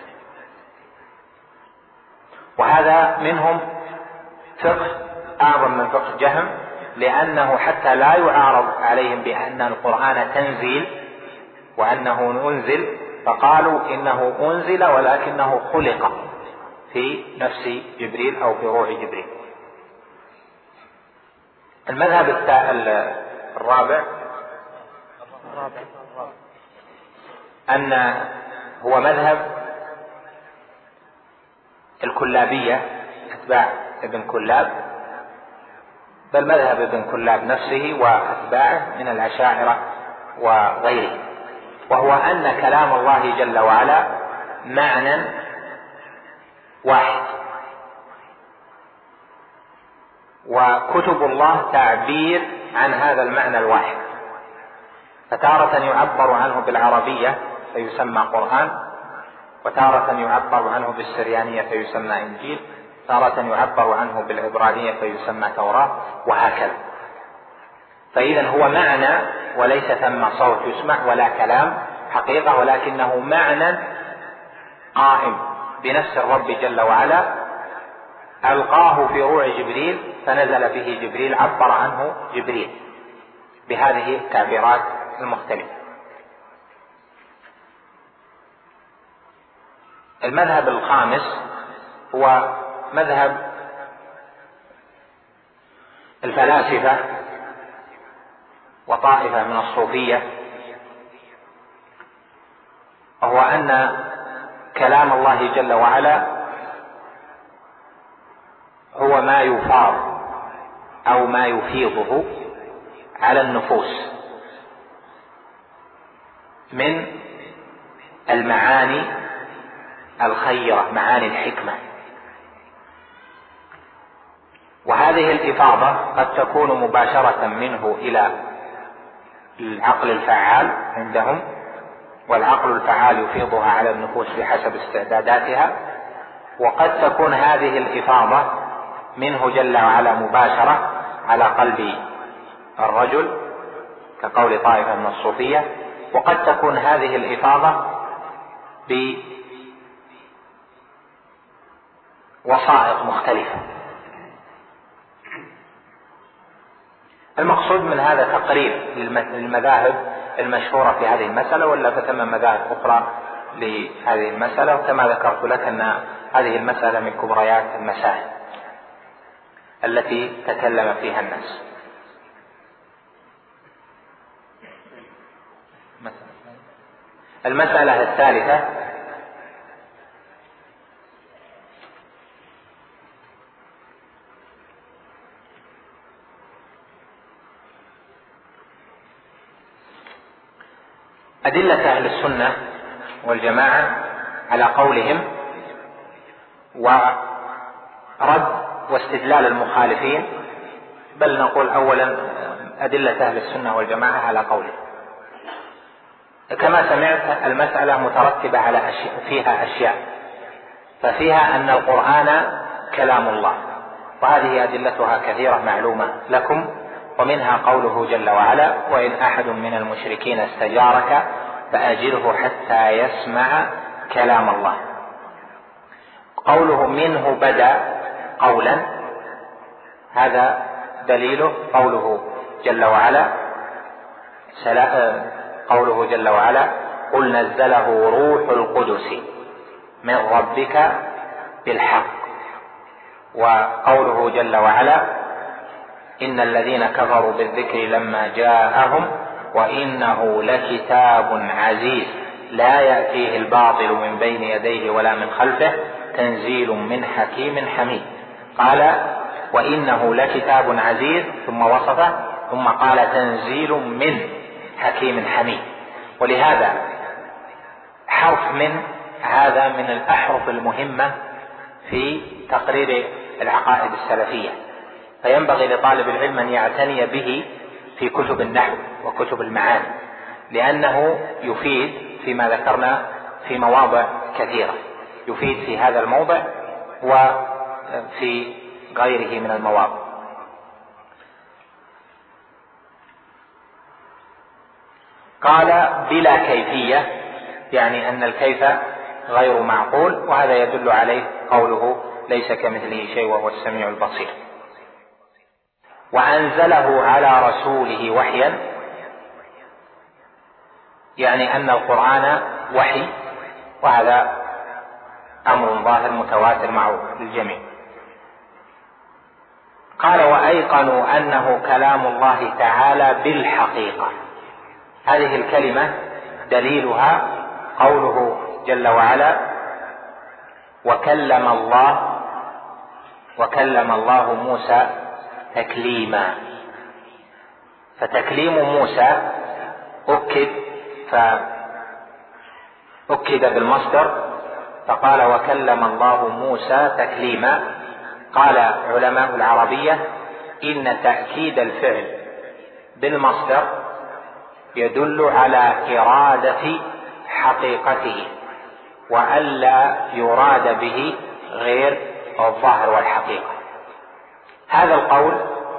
Speaker 3: وهذا منهم فقه أعظم من فقه جهم، لأنه حتى لا يعارض عليهم بأن القرآن تنزيل وأنه أنزل، فقالوا إنه أنزل ولكنه خلق في نفس جبريل أو في روح جبريل. المذهب الرابع أن هو مذهب الكلابية، أتباع ابن كلاب، بل مذهب ابن كلاب نفسه وأتباعه من الأشاعرة وغيره، وهو أن كلام الله جل وعلا معنى واحد، وكتب الله تعبير عن هذا المعنى الواحد. فتارة يعبر عنه بالعربية فيسمى قرآن، وتارة يعبر عنه بالسريانية فيسمى إنجيل، تارة يعبر عنه بالعبرانية فيسمى توراة، وهكذا. فإذا هو معنى وليس ثم صوت يسمع ولا كلام حقيقة، ولكنه معنى قائم بنفس الرب جل وعلا، ألقاه في روع جبريل فنزل به جبريل، عبر عنه جبريل بهذه التعبيرات المختلفة. المذهب الخامس هو مذهب الفلاسفة وطائفة من الصوفية، وهو أن كلام الله جل وعلا هو ما يفاض أو ما يفيضه على النفوس من المعاني الخيرة، معاني الحكمة. وهذه الإفاضة قد تكون مباشرة منه إلى العقل الفعال عندهم، والعقل الفعال يفيضها على النفوس بحسب استعداداتها، وقد تكون هذه الإفاضة منه جل وعلا مباشرة على قلب الرجل كقول طائفة من الصوفية، وقد تكون هذه الإفاضة بوسائط مختلفة. المقصود من هذا تقريب للمذاهب المشهورة في هذه المسألة، ولا فتم مذاهب أخرى لهذه المسألة، وكما ذكرت لك أن هذه المسألة من كبريات المسائل التي تكلم فيها الناس. المسألة الثالثة أدلة أهل السنة والجماعة على قولهم، ورد واستدلال المخالفين، بل نقول أولا أدلة أهل السنة والجماعة على قولهم. كما سمعت المسألة مترتبة على فيها أشياء، ففيها أن القرآن كلام الله، وهذه أدلتها كثيرة معلومة لكم، ومنها قوله جل وعلا: وإن أحد من المشركين استجارك فأجره حتى يسمع كلام الله. قوله منه بدأ قولا، هذا دليله قوله جل وعلا قل نزله روح القدس من ربك بالحق. وقوله جل وعلا إن الذين كفروا بالذكر لما جاءهم وإنه لكتاب عزيز لا يأتيه الباطل من بين يديه ولا من خلفه تنزيل من حكيم حميد. قال وإنه لكتاب عزيز ثم وصفه، ثم قال تنزيل من حكيم حميد. ولهذا حرف من هذا من الأحرف المهمة في تقرير العقائد السلفية، فينبغي لطالب العلم أن يعتني به في كتب النحو وكتب المعاني، لأنه يفيد فيما ذكرنا في مواضع كثيرة، يفيد في هذا الموضع وفي غيره من المواضع. قال بلا كيفية، يعني أن الكيف غير معقول، وهذا يدل عليه قوله ليس كمثله شيء وهو السميع البصير. وأنزله على رسوله وحيا، يعني أن القرآن وحي، وهذا أمر ظاهر متواتر معروف للجميع. قال وأيقنوا أنه كلام الله تعالى بالحقيقة. هذه الكلمة دليلها قوله جل وعلا وكلم الله موسى تكليما. فتكليم موسى أكد بالمصدر، فقال وكلم الله موسى تكليما. قال علماء العربية إن تأكيد الفعل بالمصدر يدل على إرادة حقيقته، وألا يراد به غير الظاهر والحقيقة. هذا القول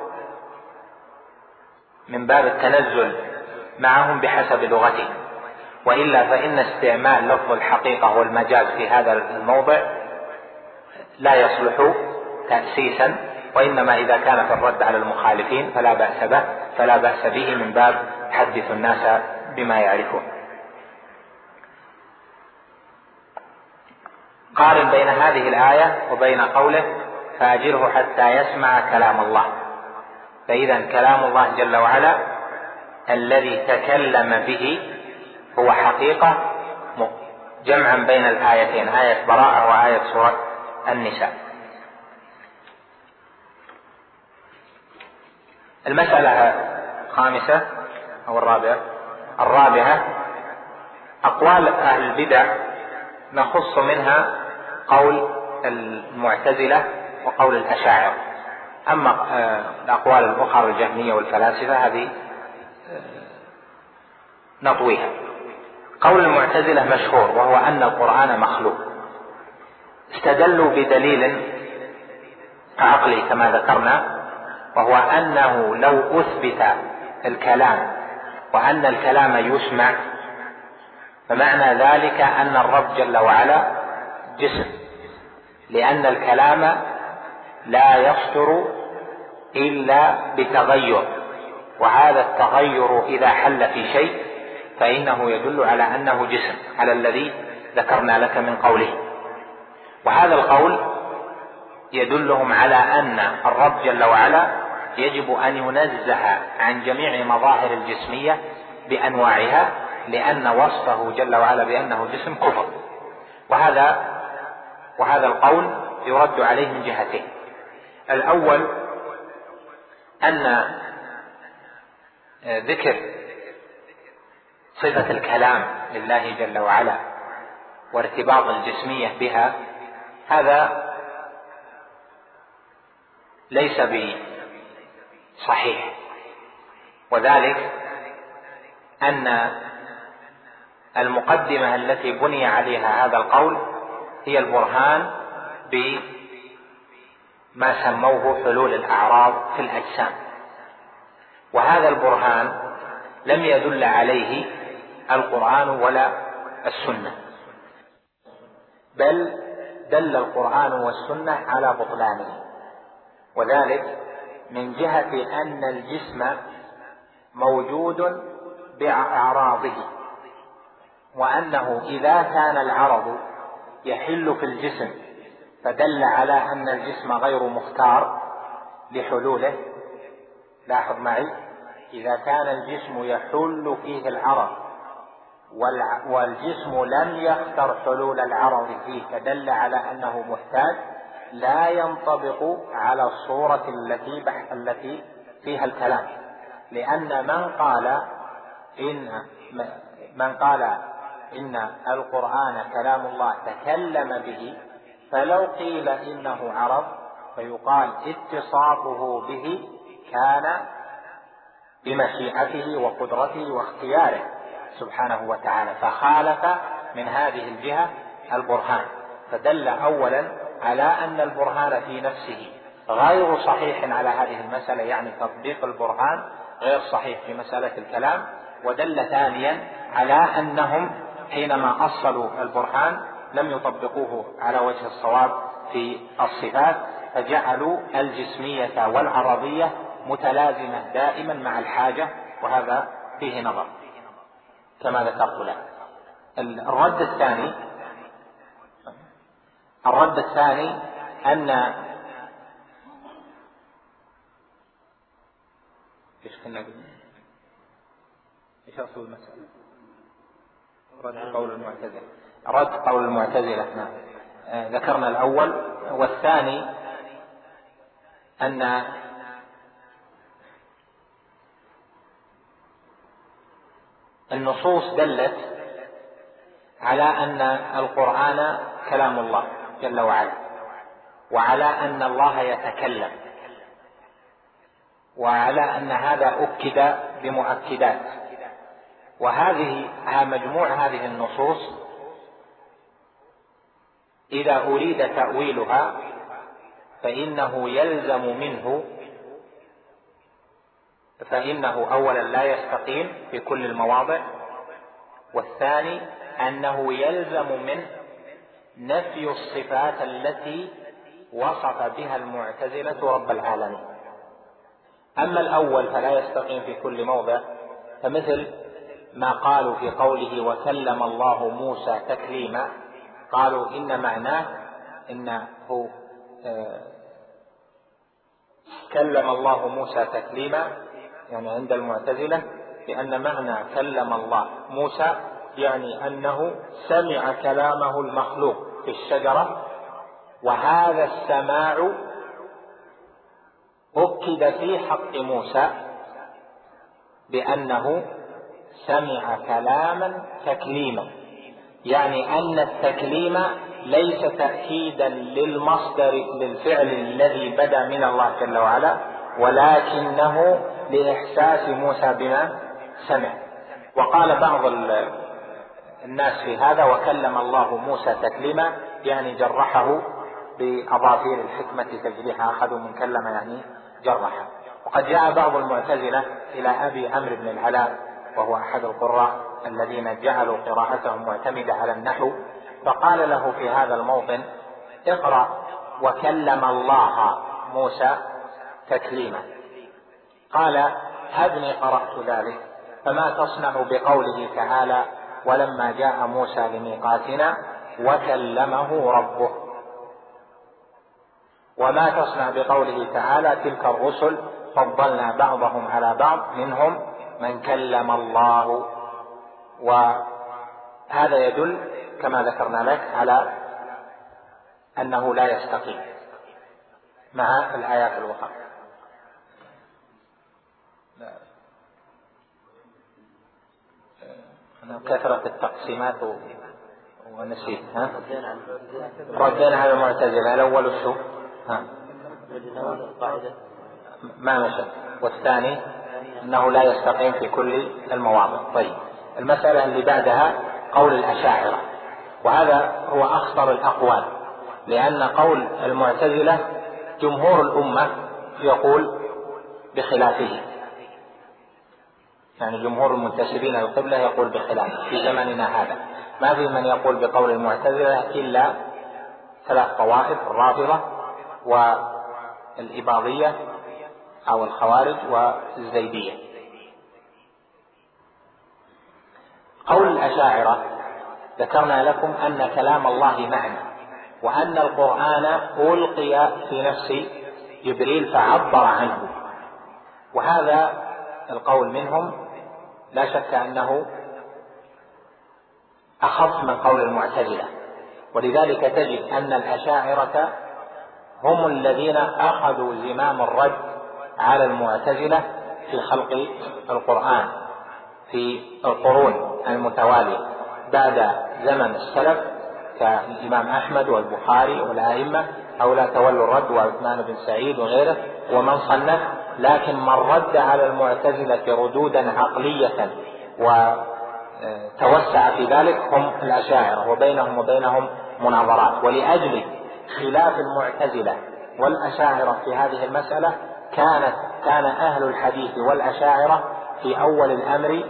Speaker 3: من باب التنزل معهم بحسب لغتهم، وإلا فإن استعمال لفظ الحقيقة والمجاز في هذا الموضع لا يصلح تأسيسا، وإنما إذا كان في الرد على المخالفين فلا بأس به من باب حدث الناس بما يعرفون. قارن بين هذه الآية وبين قوله فأجره حتى يسمع كلام الله. فإذا كلام الله جل وعلا الذي تكلم به هو حقيقة، جمعا بين الآيتين، آية براءة وآية سورة النساء. المسألة الخامسة أو الرابعة أقوال أهل البدع نخص منها قول المعتزلة وقول الأشاعرة. أما الأقوال الأخرى الجهمية والفلاسفة هذه نطويها. قول المعتزلة مشهور، وهو أن القرآن مخلوق. استدلوا بدليل عقلي كما ذكرنا، وهو أنه لو أثبت الكلام وأن الكلام يسمع، فمعنى ذلك أن الرب جل وعلا جسم، لأن الكلام لا يصدر إلا بتغير، وهذا التغير إذا حل في شيء فإنه يدل على أنه جسم، على الذي ذكرنا لك من قوله. وهذا القول يدلهم على أن الرب جل وعلا يجب أن ينزه عن جميع مظاهر الجسمية بأنواعها، لأن وصفه جل وعلا بأنه جسم كفر. وهذا القول يرد عليه من جهتين. الأول أن ذكر صفة الكلام لله جل وعلا وارتباط الجسمية بها هذا ليس بصحيح، وذلك أن المقدمة التي بني عليها هذا القول هي البرهان بما سموه حلول الأعراض في الأجسام، وهذا البرهان لم يدل عليه القرآن ولا السنة، بل دل القرآن والسنة على بطلانه، وذلك من جهة أن الجسم موجود بأعراضه، وأنه إذا كان العرض يحل في الجسم فدل على أن الجسم غير مختار لحلوله. لاحظ معي، إذا كان الجسم يحل فيه العرض والجسم لم يختر حلول العرض فيه فدل على أنه محتاج، لا ينطبق على الصورة التي فيها الكلام، لأن من قال إن من قال إن القرآن كلام الله تكلم به، فلو قيل إنه عرض فيقال اتصافه به كان بمشيئته وقدرته واختياره سبحانه وتعالى، فخالف من هذه الجهة البرهان، فدل أولا على أن البرهان في نفسه غير صحيح على هذه المسألة، يعني تطبيق البرهان غير صحيح في مسألة الكلام، ودل ثانيا على أنهم حينما أصلوا البرهان لم يطبقوه على وجه الصواب في الصفات، فجعلوا الجسمية والعرضية متلازمة دائما مع الحاجة، وهذا فيه نظر كما ذكرت له. الرد الثاني أن ايش اصل المسألة؟ رد قول المعتزلة. ذكرنا الأول، والثاني أن النصوص دلت على أن القرآن كلام الله جل وعلا، وعلى أن الله يتكلم، وعلى أن هذا أكد بمؤكدات، مجموع هذه النصوص إذا أريد تأويلها فإنه يلزم منه، فإنه أولا لا يستقيم في كل المواضع، والثاني أنه يلزم منه نفي الصفات التي وصف بها المعتزلة رب العالمين. أما الأول فلا يستقيم في كل موضع، فمثل ما قالوا في قوله وكلم الله موسى تكليما، قالوا إن معناه إنه كلم الله موسى تكليما، يعني عند المعتزلة بأن معنى كلم الله موسى يعني أنه سمع كلامه المخلوق في الشجرة، وهذا السماع أكد في حق موسى بأنه سمع كلاما تكليما، يعني أن التكليم ليس تأكيدا للمصدر للفعل الذي بدأ من الله جل وعلا، ولكنه لإحساس موسى بما سمع. وقال بعض الناس في هذا وكلم الله موسى تكليما، يعني جرحه بأظافير الحكمة تجريح، أخذوا من كلم يعني جرحه. وقد جاء بعض المعتزلة إلى أبي عمرو بن العلاء وهو أحد القراء الذين جعلوا قراءتهم معتمدة على النحو، فقال له في هذا الموطن اقرأ وكلم الله موسى تكليما. قال هبني قرأت ذلك، فما تصنع بقوله تعالى ولما جاء موسى لميقاتنا وكلمه ربه، وما تصنع بقوله تعالى تلك الرسل فضلنا بعضهم على بعض منهم من كلم الله. وهذا يدل كما ذكرنا لك على أنه لا يستقيم مع الآيات الأخرى. كثرة التقسيمات ونسيت. ردينا على المعتزلة. الأول الشو ما مشى، والثاني أنه لا يستقيم في كل المواضع. طيب، المسألة اللي بعدها قول الأشاعرة، وهذا هو أخطر الأقوال، لأن قول المعتزلة جمهور الأمة يقول بخلافه، يعني جمهور المنتسبين للقبلة يقول بخلافه. في زمننا هذا ما في من يقول بقول المعتزلة إلا 3 طوائف: الرافضة والإباضية أو الخوارج والزيدية. قول الأشاعرة ذكرنا لكم أن كلام الله معنى، وأن القرآن ألقي في نفس جبريل فعبر عنه، وهذا القول منهم لا شك أنه أخف من قول المعتزلة، ولذلك تجد أن الأشاعرة هم الذين أخذوا زمام الرد على المعتزلة في خلق القرآن، في القرون المتوالية بعد زمن السلف كالإمام أحمد والبخاري والأئمة، أو لا تولوا الرد وعثمان بن سعيد وغيره ومن صنف، لكن من رد على المعتزلة ردودا عقلية وتوسع في ذلك هم الأشاعرة، وبينهم مناظرات. ولأجل خلاف المعتزلة والأشاعرة في هذه المسألة كان أهل الحديث والأشاعرة في أول الأمر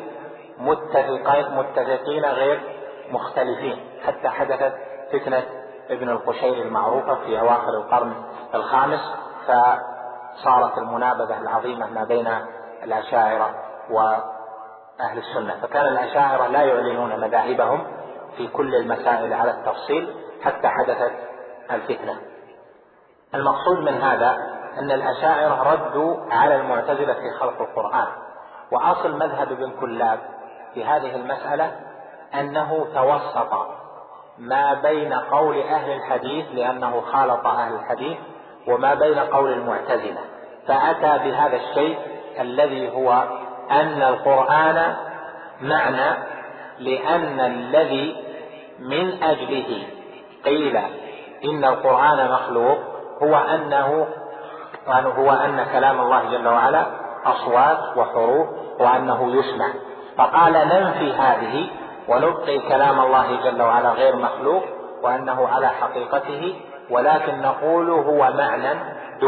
Speaker 3: متفقين غير مختلفين، حتى حدثت فتنة ابن القشير المعروفة في أواخر القرن الخامس، فصارت المنابذة العظيمة ما بين الأشاعرة وأهل السنة، فكان الأشاعرة لا يعلنون مذاهبهم في كل المسائل على التفصيل حتى حدثت الفتنة. المقصود من هذا أن الأشاعرة ردوا على المعتزلة في خلق القرآن، وأصل مذهب ابن كلاب في هذه المسألة أنه توسط ما بين قول أهل الحديث لأنه خالط أهل الحديث وما بين قول المعتزلة، فأتى بهذا الشيء الذي هو أن القرآن معنى، لأن الذي من أجله قيل إن القرآن مخلوق هو أن كلام الله جل وعلا أصوات وحروف وأنه يسمع، فقال ننفي هذه ونبقي كلام الله جل وعلا غير مخلوق وأنه على حقيقته، ولكن نقول هو معنى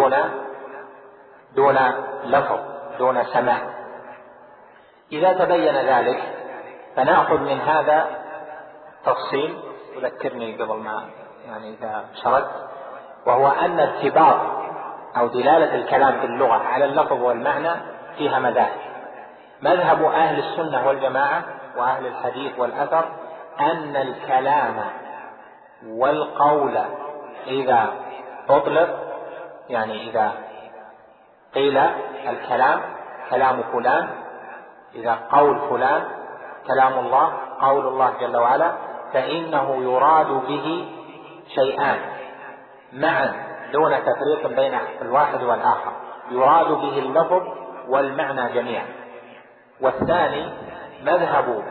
Speaker 3: دون لفظ دون سماع. إذا تبين ذلك فنأخذ من هذا تفصيل يذكرني قبل ما إذا شردت، وهو أن ارتباط أو دلالة الكلام في اللغة على اللفظ والمعنى فيها مذاهب. مذهب أهل السنة والجماعة وأهل الحديث والأثر أن الكلام والقول إذا أطلق، إذا قيل الكلام كلام فلان، إذا قول فلان كلام الله قول الله جل وعلا، فإنه يراد به شيئان معا دون تفريق بين الواحد والآخر، يراد به اللفظ والمعنى جميعا. والثاني مذهب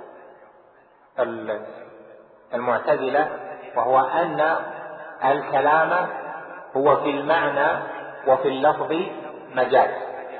Speaker 3: المعتزلة، وهو أن الكلام هو في المعنى وفي اللفظ مجاز.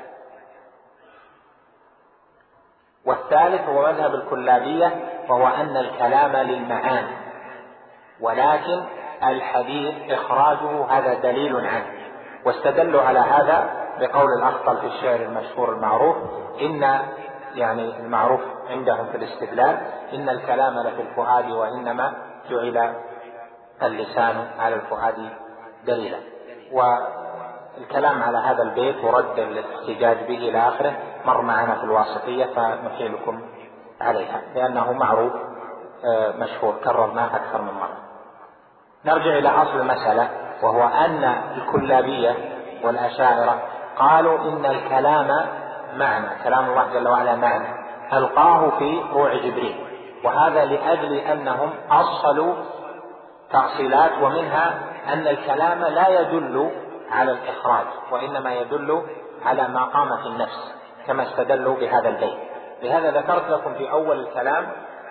Speaker 3: والثالث هو مذهب الكلابية، وهو أن الكلام للمعاني، ولكن الحديث إخراجه هذا دليل عنه. واستدلوا على هذا بقول الأخطل في الشعر المشهور المعروف، إن المعروف عندهم في الاستدلال إن الكلام لفي الفؤاد وإنما جعل اللسان على الفؤاد دليلا. والكلام على هذا البيت ورد الاحتجاج به إلى آخره مر معنا في الواسطية، فنحيلكم عليها لأنه معروف مشهور كررناه أكثر من مرة. نرجع إلى أصل المسألة، وهو أن الكلابية والأشاعرة قالوا إن الكلام معنى، كلام الله جل وعلا معنى ألقاه في روع جبريل، وهذا لأجل أنهم أصلوا تأصيلات، ومنها أن الكلام لا يدل على الإخراج وإنما يدل على ما قام في النفس، كما استدلوا بهذا البيت. لهذا ذكرت لكم في أول الكلام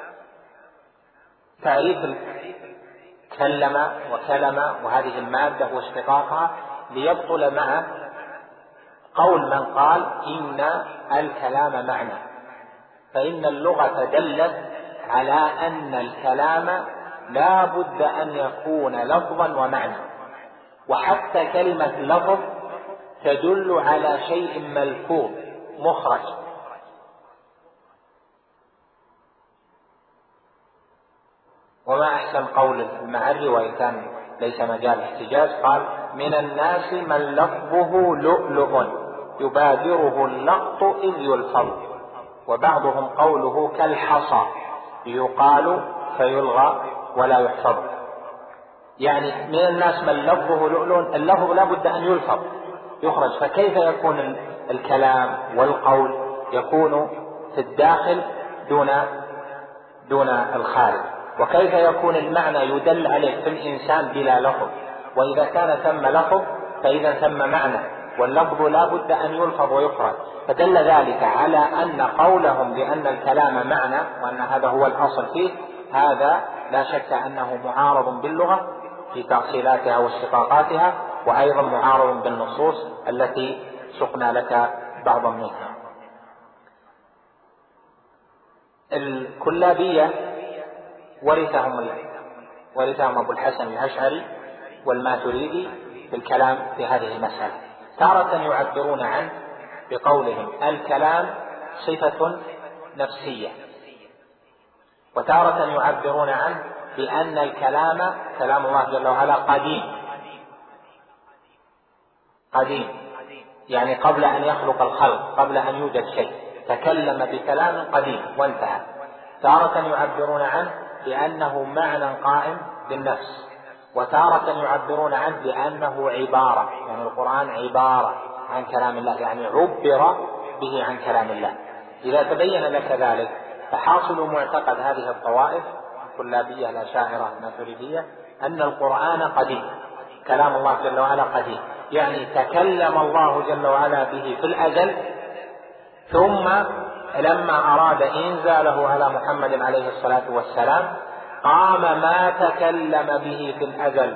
Speaker 3: تعريف كلم وكلم وهذه المادة واشتقاقها، ليبطل مع قول من قال إن الكلام معنى، فإن اللغة دلت على أن الكلام لا بد أن يكون لفظا ومعنى، وحتى كلمة لفظ تدل على شيء ملفوظ مخرج. وما أحسن قول المعري وإن كان ليس مجال احتجاج، قال من الناس من لفظه لؤلؤ يبادره اللقط إذ يلفظ، وبعضهم قوله كالحصى يقال فيلغى ولا يحفظ. من الناس من لفظه لؤلؤ، اللفظ لا بد أن يلفظ يخرج، فكيف يكون الكلام والقول يكون في الداخل دون الخارج؟ وكيف يكون المعنى يدل عليه في الإنسان بلا لفظ؟ وإذا كان ثم لفظ فإذا ثم معنى، واللفظ لا بد أن يلفظ ويخرج، فدل ذلك على أن قولهم بأن الكلام معنى وأن هذا هو الأصل فيه، هذا لا شك أنه معارض باللغة في تأصيلاتها واشتقاقاتها، وأيضا معارض بالنصوص التي سقنا لك بعضا منها. الكلابية ورثهم أبو الحسن الأشعري والماتريدي في الكلام في هذه المسألة. تارة يعبرون عنه بقولهم الكلام صفة نفسية، وتارة يعبرون عنه بأن الكلام كلام الله جل وعلا قديم، يعني قبل أن يخلق الخلق، قبل أن يوجد شيء تكلم بكلام قديم وانتهى. تارة يعبرون عنه بأنه معنى قائم بالنفس، وتارة يعبرون عنه بأنه عبارة، يعني القرآن عبارة عن كلام الله، يعني عبر به عن كلام الله. إذا تبين لك ذلك فحاصل معتقد هذه الطوائف الكلابية الأشاعرة الماتريدية أن القرآن قديم، كلام الله جل وعلا قديم، يعني تكلم الله جل وعلا به في الأزل، ثم لما أراد إنزاله على محمد عليه الصلاة والسلام قام ما تكلم به في الأزل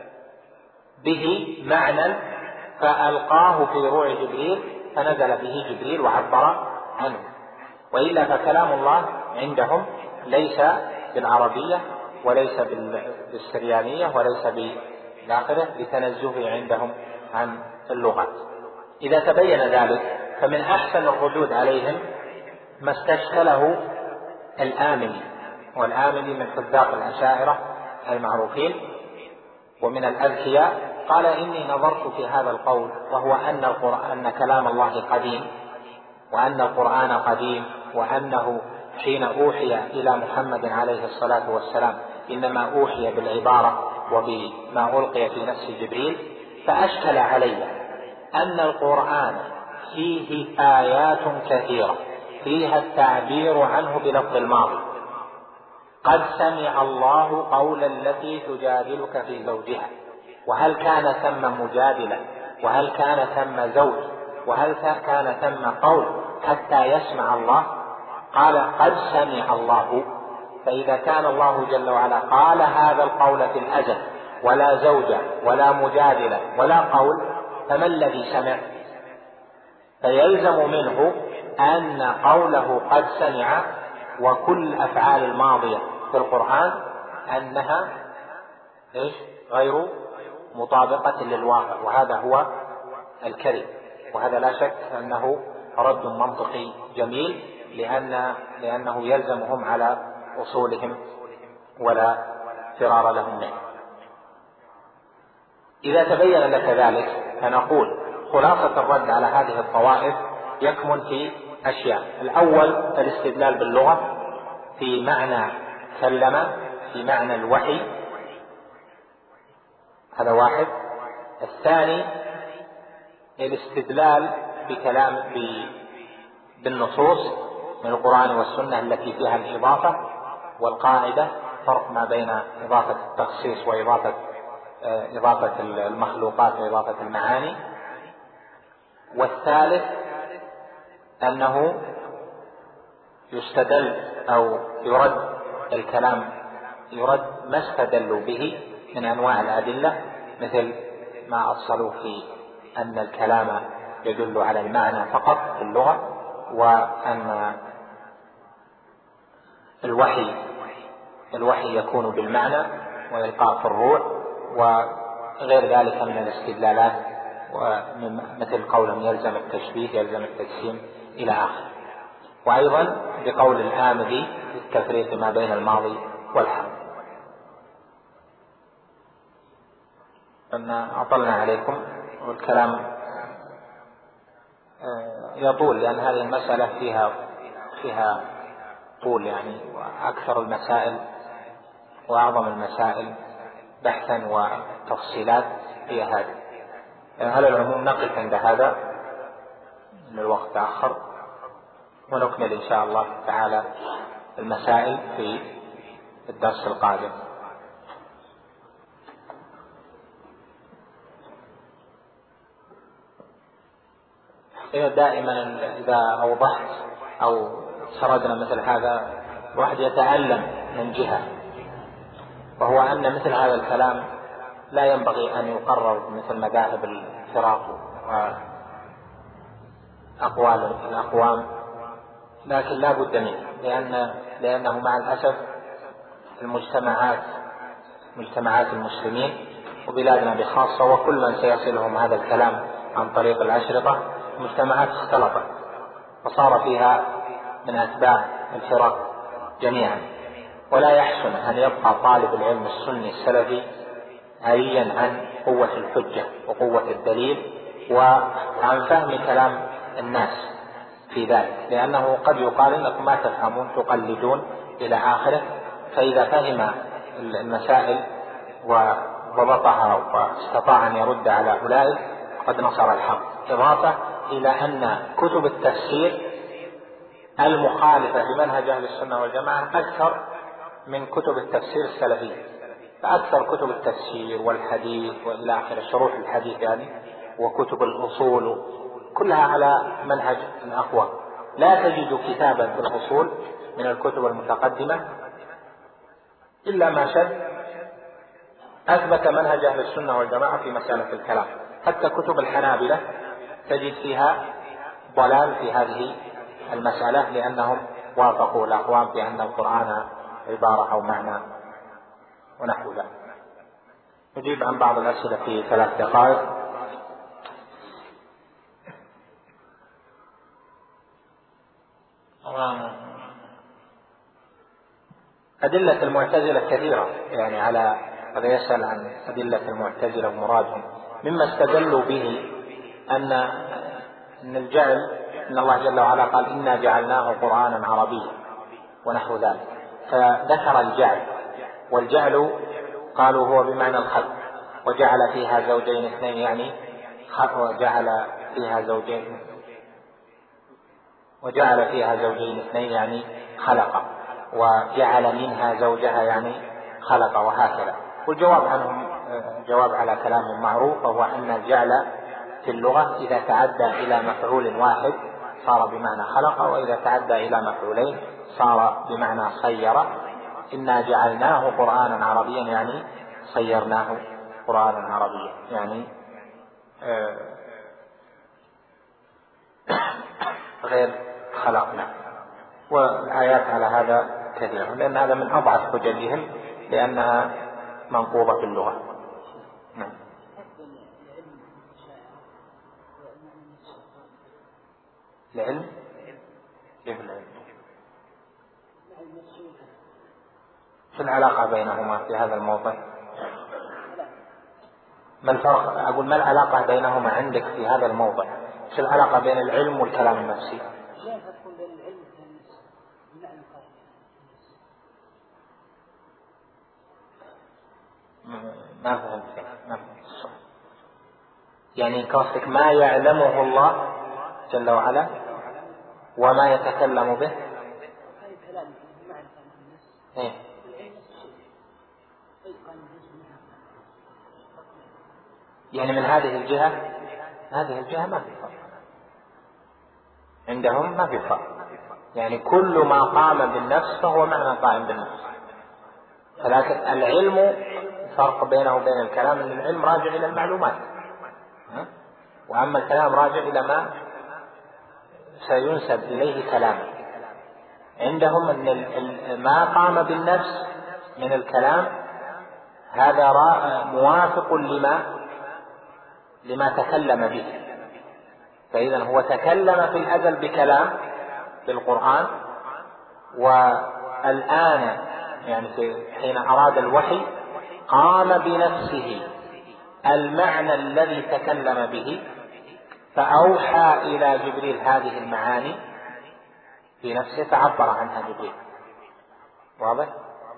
Speaker 3: به معنى فألقاه في روع جبريل فنزل به جبريل وعبر عنه. وإلا فكلام الله عندهم ليس بالعربية وليس بالسريانية وليس بالآخرة، لتنزهه عندهم عن اللغات. إذا تبين ذلك فمن أحسن الردود عليهم ما استشكله الآملي، والآملي من حذاق الأشاعرة المعروفين ومن الأذكياء، قال إني نظرت في هذا القول، وهو أن كلام الله قديم، وأن القرآن قديم، وأنه حين أوحي إلى محمد عليه الصلاة والسلام إنما أوحي بالعبارة وبما ألقي في نفس جبريل، فأشكل علي أن القرآن فيه آيات كثيرة فيها التعبير عنه بلفظ الماضي، قد سمع الله قول التي تجادلك في زوجها، وهل كان ثم مجادلة، وهل كان ثم زوج، وهل كان ثم قول حتى يسمع الله؟ قال قد سمع الله. فإذا كان الله جل وعلا قال هذا القول في الأزل ولا زوجة ولا مجادلة ولا قول، فما الذي سمع؟ فيلزم منه أن قوله قد سمع وكل أفعال الماضية في القرآن أنها غير مطابقة للواقع، وهذا هو الكذب، وهذا لا شك أنه رد منطقي جميل، لأنه يلزمهم على أصولهم ولا فرار لهم منه. إذا تبين لك ذلك فنقول خلاصة الرد على هذه الطوائف يكمن في أشياء. الأول الاستدلال باللغة في معنى كلم، في معنى الوحي، هذا واحد. الثاني الاستدلال بالنصوص من القرآن والسنة التي فيها الإضافة، والقاعدة فرق ما بين إضافة التخصيص وإضافة المخلوقات وإضافة المعاني. والثالث أنه يستدل أو يرد الكلام، يرد ما استدلوا به من أنواع الأدلة، مثل ما أصلوا في أن الكلام يدل على المعنى فقط في اللغة، وأن الوحي يكون بالمعنى ويلقى في الروح، وغير ذلك من الاستدلالات، مثل قولهم يلزم التشبيه يلزم التجسيم إلى آخره. وأيضا بقول الآمدي التفريق ما بين الماضي والحال. أن أطلنا عليكم والكلام يطول، لأن هذه المسألة فيها طول يعني، وأكثر المسائل وأعظم المسائل بحثا وتفصيلات هي هذه. يعني على العموم نقف عند هذا من الوقت تأخر، ونكمل إن شاء الله تعالى المسائل في الدرس القادم. دائما إذا أوضحت أو سردنا مثل هذا واحد يتألم من جهة، وهو أن مثل هذا الكلام لا ينبغي أن يقرر مثل مذاهب الفرق وأقوال الأقوام، لكن لا بد منه، لأنه مع الأسف مجتمعات المسلمين وبلادنا بخاصة وكل من سيصلهم هذا الكلام عن طريق الأشرطة مجتمعات اختلطت وصار فيها من أتباع الفرق جميعا، ولا يحسن أن يبقى طالب العلم السني السلفي عاريا عن قوة الحجة وقوة الدليل وعن فهم كلام الناس في ذلك، لأنه قد يقال إنكم ما تفهمون تقلدون إلى آخره، فإذا فهم المسائل وضبطها واستطاع أن يرد على أولئك قد نصر الحق. إضافة إلى أن كتب التفسير المخالفة لمنهج أهل السنة والجماعة أكثر من كتب التفسير السلفية، فأكثر كتب التفسير والحديث وإلى آخر شروح الحديث يعني وكتب الأصول كلها على منهج الأقوى. لا تجد كتابا في الأصول من الكتب المتقدمة إلا ما شد أثبت منهج أهل السنة والجماعة في مسألة الكلام. حتى كتب الحنابلة تجد فيها ضلال في هذه المسألة، لأنهم وافقوا الأقوام بأن القرآن عبارة أو معنى ونحو ذلك. نجيب عن بعض الأسئلة في 3 دقائق. أدلة المعتزلة كثيرة، يعني على هذا يسأل عن أدلة المعتزلة ومرادهم. مما استدلوا به أن الجعل، إن الله جل وعلا قال إنا جعلناه قرآنا عربيا ونحو ذلك، فذكر الجعل، والجعل قالوا هو بمعنى الخلق، وجعل فيها زوجين اثنين يعني وجعل فيها زوجين اثنين يعني خلق، وجعل منها زوجها يعني خلق، وهكذا. والجواب عنهم جواب على كلام معروف، وهو أن الجعل في اللغة إذا تعدى إلى مفعول واحد صار بمعنى خلق، وإذا تعدى إلى مفعولين صار بمعنى صير. إنا جعلناه قرآنا عربيا يعني صيرناه قرآنا عربيا، يعني غير خلقنا. والآيات على هذا كثيرة، لأن هذا من أضعف حججهم، لأنها منقوضة في اللغة. العلم كيف العلم؟ شو العلاقة بينهما في هذا الموضع؟ ما الفرق؟ أقول ما العلاقة بينهما عندك في هذا الموضع؟ شو العلاقة بين العلم والكلام النفسي؟ ما فهمت. يعني قصدك ما يعلمه الله جل وعلا وما يتكلم به؟ إيه؟ يعني من هذه الجهة ما في فرق عندهم، ما في فرق. يعني كل ما قام بالنفس فهو معنى قائم بالنفس، ولكن العلم فرق بينه وبين الكلام، ان العلم راجع الى المعلومات، واما الكلام راجع الى ما سينسب اليه كلام. عندهم ان ما قام بالنفس من الكلام هذا موافق لما تكلم به، فإذا هو تكلم في الأزل بكلام بالقرآن، والآن يعني حين أراد الوحي قام بنفسه المعنى الذي تكلم به، فأوحى إلى جبريل هذه المعاني في نفسه فعبر عنها جبريل. واضح؟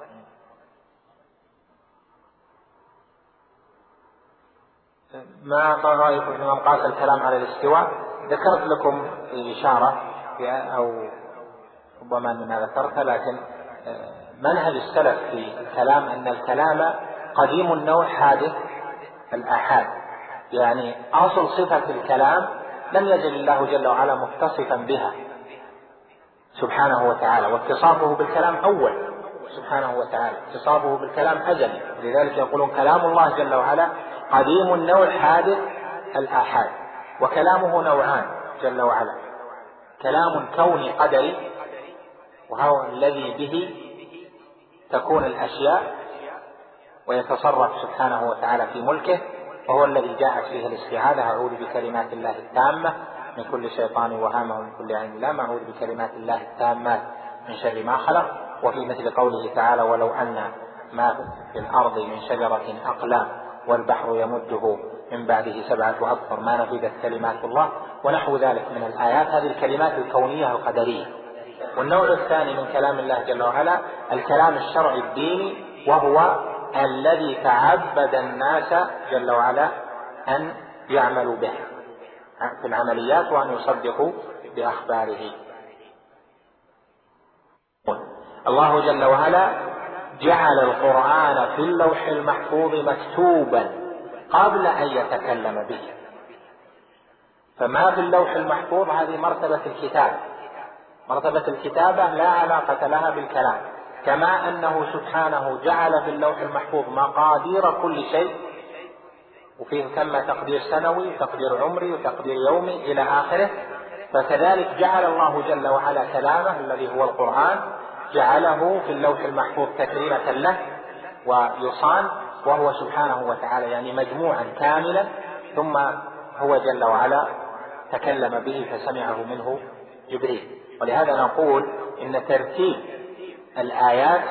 Speaker 3: ما رأيكم في من قاس الكلام على الاستواء؟ ذكرت لكم إشارة أو ربما أننا ذكرتها، لكن منهج السلف في الكلام أن الكلام قديم النوع حادث الآحاد، يعني أصل صفة الكلام لم يزل الله جل وعلا متصفا بها سبحانه وتعالى، واتصافه بالكلام أول سبحانه وتعالى، اتصافه بالكلام أزلي. ولذلك يقولون كلام الله جل وعلا قديم النوع حادث الآحاد. وكلامه نوعان جل وعلا: كلام كوني قدري، وهو الذي به تكون الأشياء ويتصرف سبحانه وتعالى في ملكه، وهو الذي جاءت فيه الاستعاذة: أعوذ بكلمات الله التامة من كل شيطان وهامة ومن كل عين لامة، أعوذ بكلمات الله التامات من شر ما خلق. وفي مثل قوله تعالى: ولو أن ما في الأرض من شجرة أقلام والبحر يمده من بعده 7 أبحر ما نفذت كلمات الله، ونحو ذلك من الآيات. هذه الكلمات الكونية القدرية. والنوع الثاني من كلام الله جل وعلا الكلام الشرعي الديني، وهو الذي تعبد الناس جل وعلا أن يعملوا به في العمليات وأن يصدقوا بأخباره. الله جل وعلا جعل القرآن في اللوح المحفوظ مكتوبا قبل أن يتكلم به. فما في اللوح المحفوظ هذه مرتبة الكتاب، مرتبة الكتابة لا علاقة لها بالكلام. كما أنه سبحانه جعل في اللوح المحفوظ مقادير كل شيء، وفيه ثم تقدير سنوي وتقدير عمري وتقدير يومي إلى آخره، فكذلك جعل الله جل وعلا كلامه الذي هو القرآن جعله في اللوح المحفوظ تكريمة له ويصان، وهو سبحانه وتعالى يعني مجموعا كاملا، ثم هو جل وعلا تكلم به فسمعه منه جبريل. ولهذا نقول إن ترتيب الآيات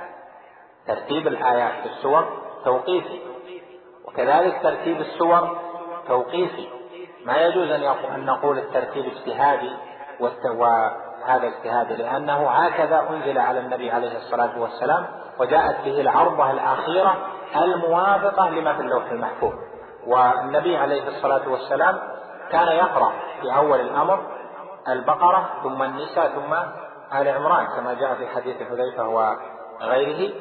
Speaker 3: في السور توقيفي، وكذلك ترتيب السور توقيفي. ما يجوز أن نقول الترتيب اجتهادي وهذا اجتهادي، لأنه هكذا أنزل على النبي عليه الصلاة والسلام، وجاءت به العرضة الأخيرة الموافقة لما في اللوح المحفوظ. والنبي عليه الصلاة والسلام كان يقرأ في أول الأمر البقرة ثم النساء ثم آل عمران كما جاء في حديث حذيفة وغيره.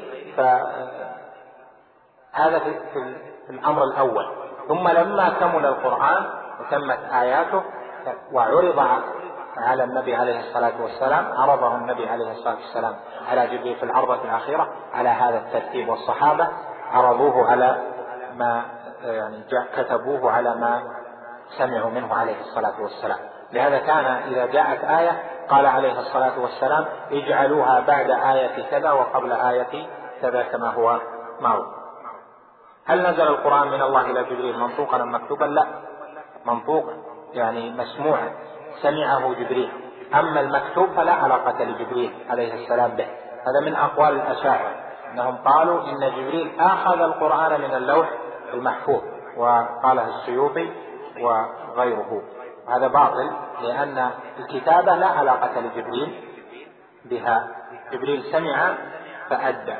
Speaker 3: فهذا في الأمر الأول. ثم لما كمل القرآن وتمت آياته وعرض على النبي عليه الصلاة والسلام، عرضه النبي عليه الصلاة والسلام على جبريل في العرضة الأخيرة على هذا الترتيب، والصحابة عرضوه على ما يعني كتبوه على ما سمعوا منه عليه الصلاة والسلام. لهذا كان إذا جاءت آية قال عليه الصلاة والسلام: اجعلوها بعد آية كذا وقبل آية كذا كما هو معروف. هل نزل القرآن من الله إلى جبريل منطوقا أم مكتوبا؟ لا، منطوقا يعني مسموعا، سمعه جبريل. أما المكتوب فلا علاقة لجبريل عليه السلام به. هذا من أقوال الأشاعرة، أنهم قالوا إن جبريل أخذ القرآن من اللوح المحفوظ، وقاله السيوطي وغيره. هذا باطل، لأن الكتابة لا علاقة لجبريل بها، جبريل سمع فأدى.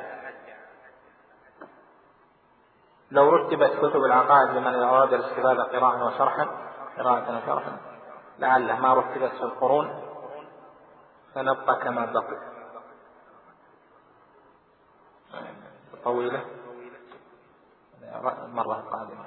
Speaker 3: لو رتبت كتب العقائد لمن أراد الاستفادة قراءة وشرحا لعله ما رتبت في القرون فنبقى كما بقي طويلة مرة قادمة.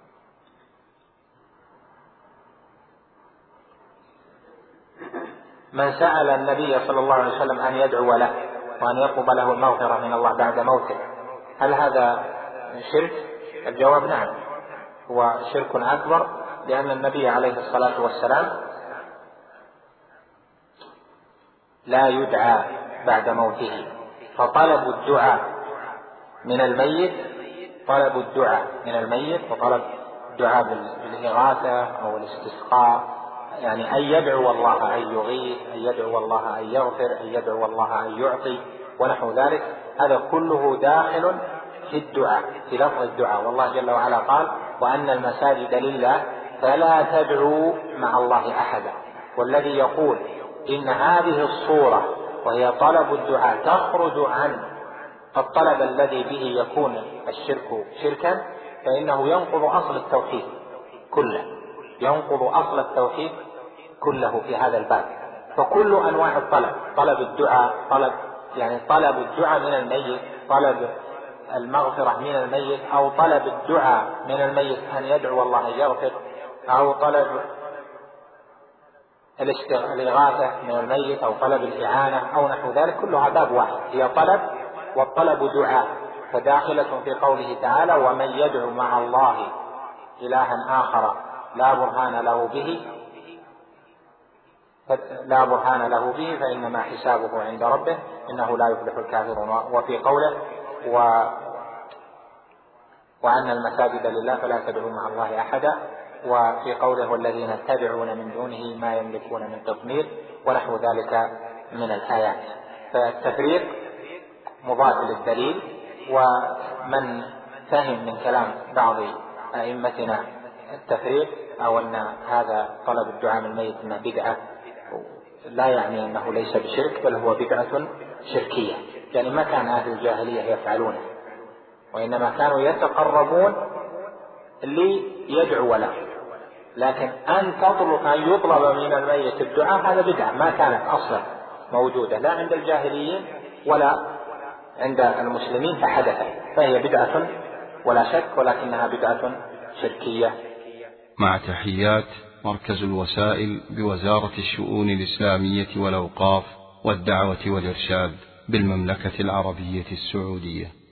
Speaker 3: من سأل النبي صلى الله عليه وسلم أن يدعو له وأن يطلب له المغفرة من الله بعد موته، هل هذا شرك؟ الجواب نعم، هو شرك أكبر، لأن النبي عليه الصلاة والسلام لا يدعى بعد موته. فطلب الدعاء من الميت وطلب الدعاء بالإغاثة أو الاستسقاء، يعني أن يدعو الله أن يغيث، أن يدعو الله أن يغفر، أن يدعو الله أن يعطي ونحو ذلك، هذا كله داخل في الدعاء، في لفظ الدعاء. والله جل وعلا قال: وأن المساجد لله فلا تدعوا مع الله أحدا. والذي يقول إن هذه الصورة وهي طلب الدعاء تخرج عن الطلب الذي به يكون الشرك شركا، فإنه ينقض أصل التوحيد كله في هذا الباب. فكل أنواع الطلب، طلب الدعاء، طلب الدعاء من الميت، طلب المغفرة من الميت، أو طلب الدعاء من الميت أن يدعو الله يغفر، أو طلب الإغاثة من الميت أو طلب الإعانة أو نحو ذلك كلها باب واحد، هي طلب، والطلب دعاء، فداخلة في قوله تعالى: ومن يدعو مع الله إلها آخر لا برهان له به فإنما حسابه عند ربه إنه لا يفلح الكافرون. وفي قوله: وأن المساجد لله فلا تدعوا مع الله أحدا. وفي قوله: والذين تدعون من دونه ما يملكون من قطمير، ونحو ذلك من الآيات. فالتفريق مضاد للدليل. ومن فهم من كلام بعض أئمتنا التفريق أو أن هذا طلب الدعاء من الميت أنه بدعة، لا يعني أنه ليس بشرك، بل هو بدعة شركية، يعني ما كان أهل الجاهلية يفعلونه، وإنما كانوا يتقربون ليدعو له. لكن أن يطلب من الميت الدعاء هذا بدعة ما كانت أصلا موجودة لا عند الجاهليين ولا عند المسلمين فحدثت، فهي بدعة ولا شك، ولكنها بدعة شركية.
Speaker 1: مع تحيات مركز الوسائل بوزارة الشؤون الإسلامية والأوقاف والدعوة والإرشاد بالمملكة العربية السعودية.